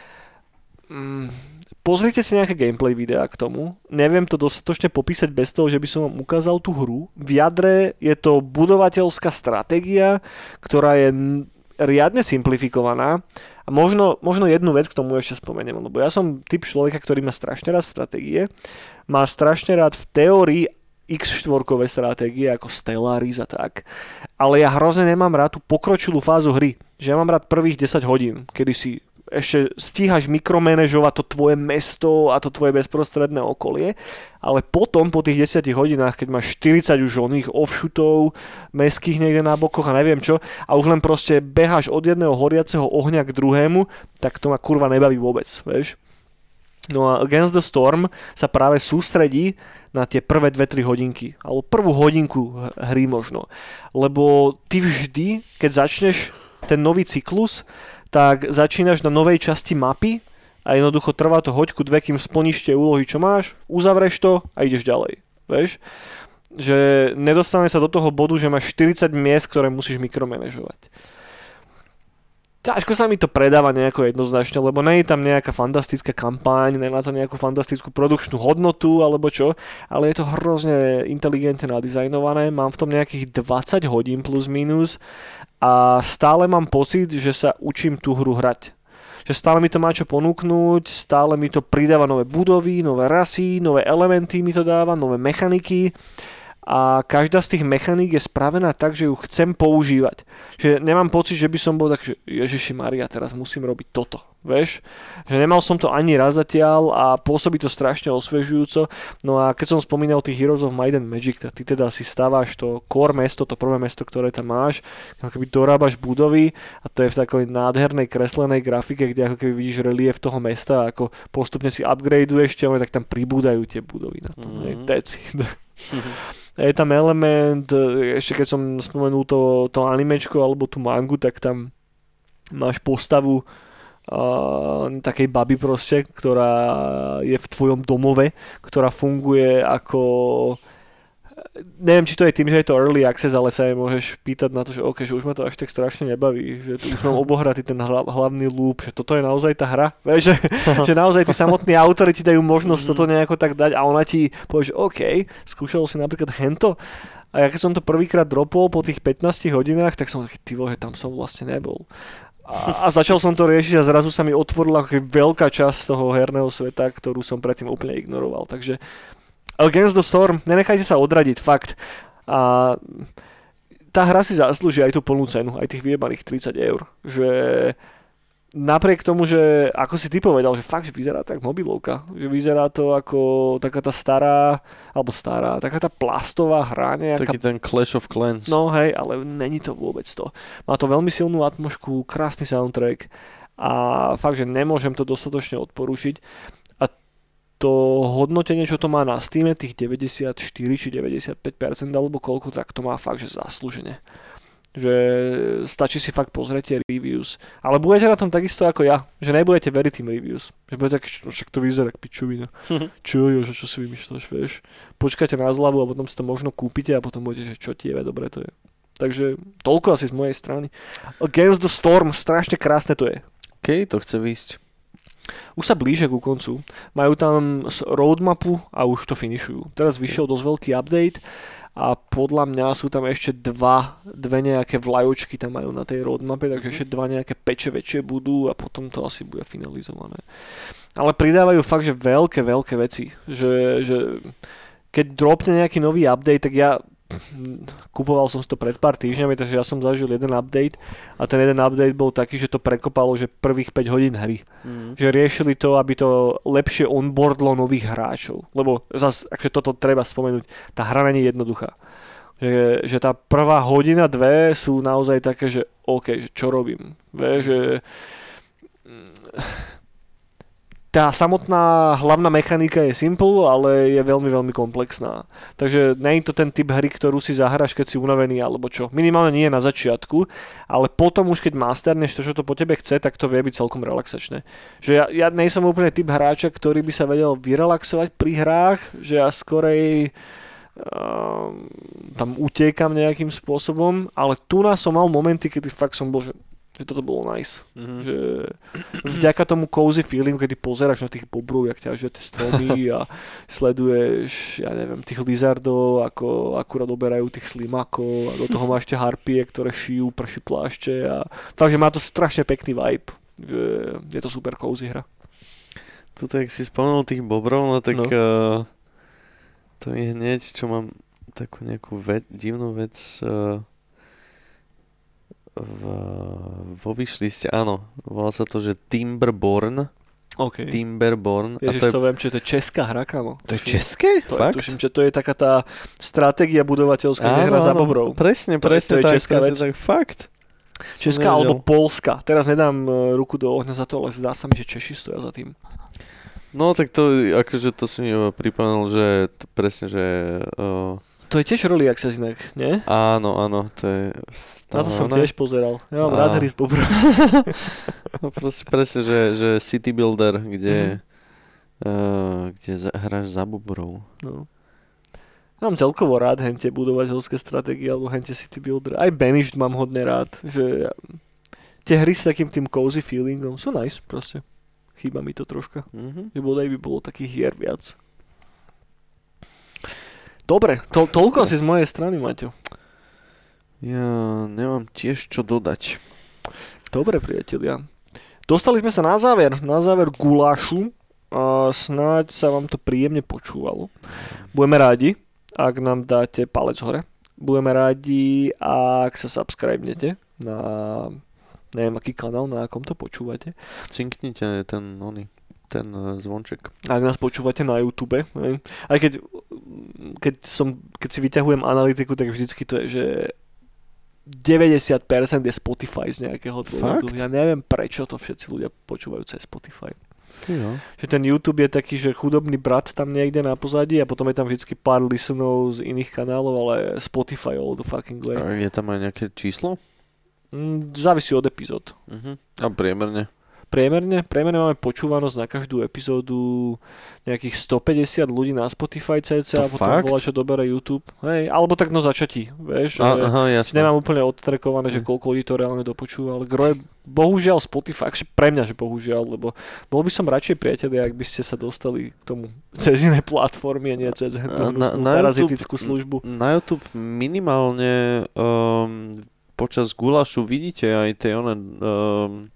Mm, pozrite si nejaké gameplay videa k tomu. Neviem to dostatočne popísať bez toho, že by som vám ukázal tú hru. V jadre je to budovateľská stratégia, ktorá je riadne simplifikovaná. A možno, možno jednu vec k tomu ešte spomeniem, lebo ja som typ človeka, ktorý má strašne rád stratégie, má strašne rád v teórii iks štyri stratégie ako Stellaris a tak, ale ja hrozne nemám rád tú pokročilú fázu hry, že ja mám rád prvých desať hodín, kedy si ešte stíhaš mikromanažovať to tvoje mesto a to tvoje bezprostredné okolie, ale potom po tých desiatich hodinách, keď máš štyridsať už oných offshootov mestských niekde na bokoch a neviem čo a už len proste beháš od jedného horiaceho ohňa k druhému, tak to ma kurva nebaví vôbec, vieš. No a Against the Storm sa práve sústredí na tie prvé dve tri hodinky, alebo prvú hodinku hry možno, lebo ty vždy, keď začneš ten nový cyklus, tak začínaš na novej časti mapy a jednoducho trvá to hoďku dve, kým splníš tie úlohy, čo máš, uzavreš to a ideš ďalej. Vieš? Že nedostane sa do toho bodu, že máš štyridsať miest, ktoré musíš mikromanažovať. Ťažko sa mi to predáva nejako jednoznačne, lebo nie je tam nejaká fantastická kampaň, nemá to nejakú fantastickú produkčnú hodnotu alebo čo, ale je to hrozne inteligentne nadizajnované, mám v tom nejakých dvadsať hodín plus minus a stále mám pocit, že sa učím tú hru hrať. Že stále mi to má čo ponúknuť, stále mi to pridáva nové budovy, nové rasy, nové elementy mi to dáva, nové mechaniky a každá z tých mechaník je spravená tak, že ju chcem používať. Že nemám pocit, že by som bol tak, že Ježiši Maria, teraz musím robiť toto. Vieš? Že nemal som to ani raz zatiaľ a pôsobí to strašne osviežujúco. No a keď som spomínal tých Heroes of Might and Magic, tak ty teda si stávaš to core mesto, to prvé mesto, ktoré tam máš, ako keby dorábaš budovy a to je v takej nádhernej kreslenej grafike, kde ako keby vidíš relief toho mesta a ako postupne si upgradeuješ, tak tam pribúdajú tie budovy na tom. Mm-hmm. That's it. Je tam element, ešte keď som spomenul to, to animečko alebo tú mangu, tak tam máš postavu uh, takej baby proste, ktorá je v tvojom domove, ktorá funguje ako... Neviem, či to je tým, že je to early access, ale sa jej môžeš pýtať na to, že OK, že už ma to až tak strašne nebaví, že tu už mám obohratý ten hla, hlavný loop, že toto je naozaj tá hra, vieš, že, že naozaj tí samotní autori ti dajú možnosť mm. toto nejako tak dať a ona ti povie, že OK, skúšal si napríklad hento a ja keď som to prvýkrát dropol po tých pätnástich hodinách, tak som taký, ty vole, tam som vlastne nebol. A, a začal som to riešiť a zrazu sa mi otvorila veľká časť toho herného sveta, ktorú som predtým úplne ignoroval, takže Against the Storm, nenechajte sa odradiť, fakt. A tá hra si zaslúži aj tú plnú cenu, aj tých vyjebaných tridsať eur. Že napriek tomu, že ako si ty povedal, že fakt, že vyzerá tak mobilovka, že vyzerá to ako taká tá stará, alebo stará, taká tá plastová hra nejaká. Taký ten Clash of Clans. No hej, ale není to vôbec to. Má to veľmi silnú atmosféru, krásny soundtrack a fakt, že nemôžem to dostatočne odporučiť. To hodnotenie, čo to má na Steam, tých deväťdesiatštyri či deväťdesiatpäť percent alebo koľko, tak to má fakt, že zaslúžene. Že stačí si fakt pozrieť tie reviews. Ale budete na tom takisto ako ja, že nebudete veriť tým reviews. Že budete tak, však to vyzerá k pičovina. Čo jo, že čo si vymýšľaš, vieš. Počkáte na zľavu a potom si to možno kúpite a potom budete, že čo ti je, dobre to je. Takže toľko asi z mojej strany. Against the Storm, strašne krásne to je. OK, to chce výjsť. Už sa blíže ku koncu. Majú tam roadmapu a už to finišujú. Teraz vyšiel dosť veľký update a podľa mňa sú tam ešte dva, dve nejaké vlajočky tam majú na tej roadmape, takže ešte dva nejaké peče väčšie budú a potom to asi bude finalizované. Ale pridávajú fakt, že veľké, veľké veci. Že, že keď dropne nejaký nový update, tak ja kupoval som si to pred pár týždňami, takže ja som zažil jeden update a ten jeden update bol taký, že to prekopalo, že prvých päť hodín hry. Mm. Že riešili to, aby to lepšie onboardlo nových hráčov. Lebo zase, akože toto treba spomenúť, tá hra nie je jednoduchá. Že, že tá prvá hodina, dve sú naozaj také, že OK, že čo robím? Vieš, že tá samotná hlavná mechanika je simple, ale je veľmi, veľmi komplexná. Takže nie je to ten typ hry, ktorú si zahráš, keď si unavený, alebo čo. Minimálne nie na začiatku, ale potom už keď masterneš to, čo to po tebe chce, tak to vie byť celkom relaxačné. Že ja, ja nie som úplne typ hráča, ktorý by sa vedel vyrelaxovať pri hrách, že ja skorej uh, tam utiekam nejakým spôsobom, ale tu nás som mal momenty, kedy fakt som bol, že že toto bolo nice. Mm-hmm. Že vďaka tomu cozy feelingu, keď ty pozeráš na tých bobrov, jak ťažia tie stromy a sleduješ, ja neviem, tých lizardov, ako akurát oberajú tých slimakov a do toho máš tie harpie, ktoré šijú prší plášte a takže má to strašne pekný vibe. Že je to super cozy hra. Tuto, jak si spomenul tých bobrov, no tak no. Uh, to je hneď, čo mám takú nejakú ve- divnú vec uh, V, vo vyšliste, áno, volá sa to, že Timberborn. Okay. Timberborn. Ježiš, a to, je... to viem, čo to je česká hra, kamo. To je české? To Fakt? Je, tuším, že to je taká tá stratégia budovateľská, kde hra za bobrov. Presne, presne, to, to je tak, česká vec. Tak, fakt. Česká alebo Polska. Teraz nedám ruku do ohňa za to, ale zdá sa mi, že Češi stoja za tým. No tak to, akože to si mi pripomenul, že to presne, že... Uh... To je tiež early access inak, nie? Áno, áno, to je... Na to som tiež pozeral. Ja mám rád hry s bobrom. No proste presne, že, že City Builder, kde, mm-hmm. uh, kde za, hráš za bobrov. No. Ja mám celkovo rád hentie budovateľské stratégie alebo hentie City Builder. Aj Banished mám hodne rád. Že ja, tie hry s takým tým cozy feelingom sú nice proste. Chýba mi to troška. Mm-hmm. Že bodaj by bolo takých hier viac. Dobre, to, toľko asi z mojej strany, Maťo. Ja nemám tiež čo dodať. Dobre, priatelia. Dostali sme sa na záver, na záver gulášu. A snáď sa vám to príjemne počúvalo. Budeme rádi, ak nám dáte palec hore. Budeme radi, ak sa subscribenete na neviem aký kanál, na akom to počúvate. Cinknite ten, oný, ten zvonček. Ak nás počúvate na YouTube, ne? Aj keď, keď, som, keď si vyťahujem analytiku, tak vždycky to je, že deväťdesiat percent je Spotify z nejakého dôvodu. Ja neviem, prečo to všetci ľudia počúvajú cez Spotify. Jo. Že ten YouTube je taký, že chudobný brat tam niekde na pozadí a potom je tam vždycky pár listenov z iných kanálov, ale Spotify all the fucking way. A je tam aj nejaké číslo? Mm, závisí od epizód. Uh-huh. A priemerne? Priemerne? Priemerne máme počúvanosť na každú epizódu nejakých stopäťdesiat ľudí na Spotify cca a potom fakt? volá, čo dobere YouTube. Hej, alebo tak no začatí, vieš, A, že aha, si jasné. nemám úplne odtrekované, že koľko ľudí to reálne dopočúva, ale gro je bohužiaľ Spotify, akže pre mňa, že bohužiaľ, lebo bol by som radšej priateľ, ak by ste sa dostali k tomu cez iné platformy a nie cez tú na, na parazitickú YouTube, službu. Na YouTube minimálne um, počas gulašu vidíte aj tie one, um,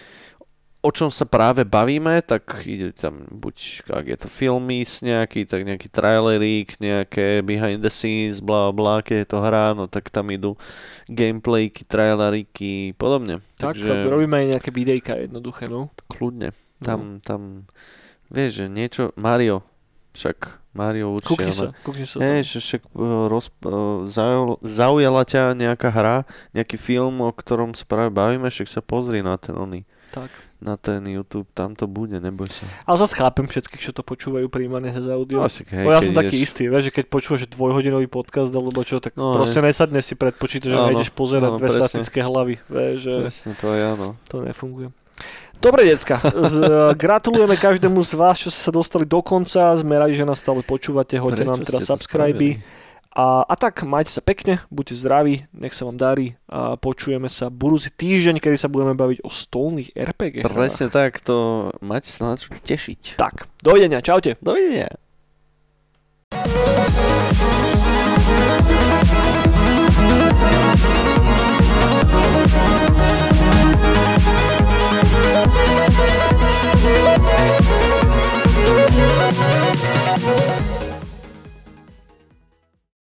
o čom sa práve bavíme, tak ide tam buď, ak je to filmís nejaký, tak nejaký trailerík, nejaké behind the scenes, bla bla, keď je to hra, no tak tam idú gameplayky, traileríky, podobne. Tak, Takže to robíme aj nejaké videjka jednoduché, no. kľudne. Tam, tam, vieš, že niečo, Mario, však Mario určite. Kúkni sa, kúkni sa. Hej, že však uh, roz, uh, zaujala, zaujala ťa nejaká hra, nejaký film, o ktorom sa práve bavíme, však sa pozri na ten oný. Tak. Na ten YouTube, tam to bude, neboj sa. Ale zase chápem všetkých, čo to počúvajú primárne cez audio. No, však, hej, ja som keď taký ideš... istý, vieš, že keď počúvaš že dvojhodinový podcast alebo čo, tak No, proste hej. nesadne si pred počítač, že Áno, ideš pozerať áno, dve presne. statické hlavy, vieš, že Presne, to je áno. to nefunguje. Dobre, decka, z, gratulujeme každému z vás, čo ste sa dostali do konca, sme radi, že nás stále počúvate, hoďte Prečo nám teda ste to subscriby. spravili? A, a tak, majte sa pekne, buďte zdraví, nech sa vám darí a počujeme sa budúci týždeň, kedy sa budeme baviť o stolných er pé gách. Presne tak, to máte sa na čo tešiť. Tak, dovidenia, čaute. Dovidenia.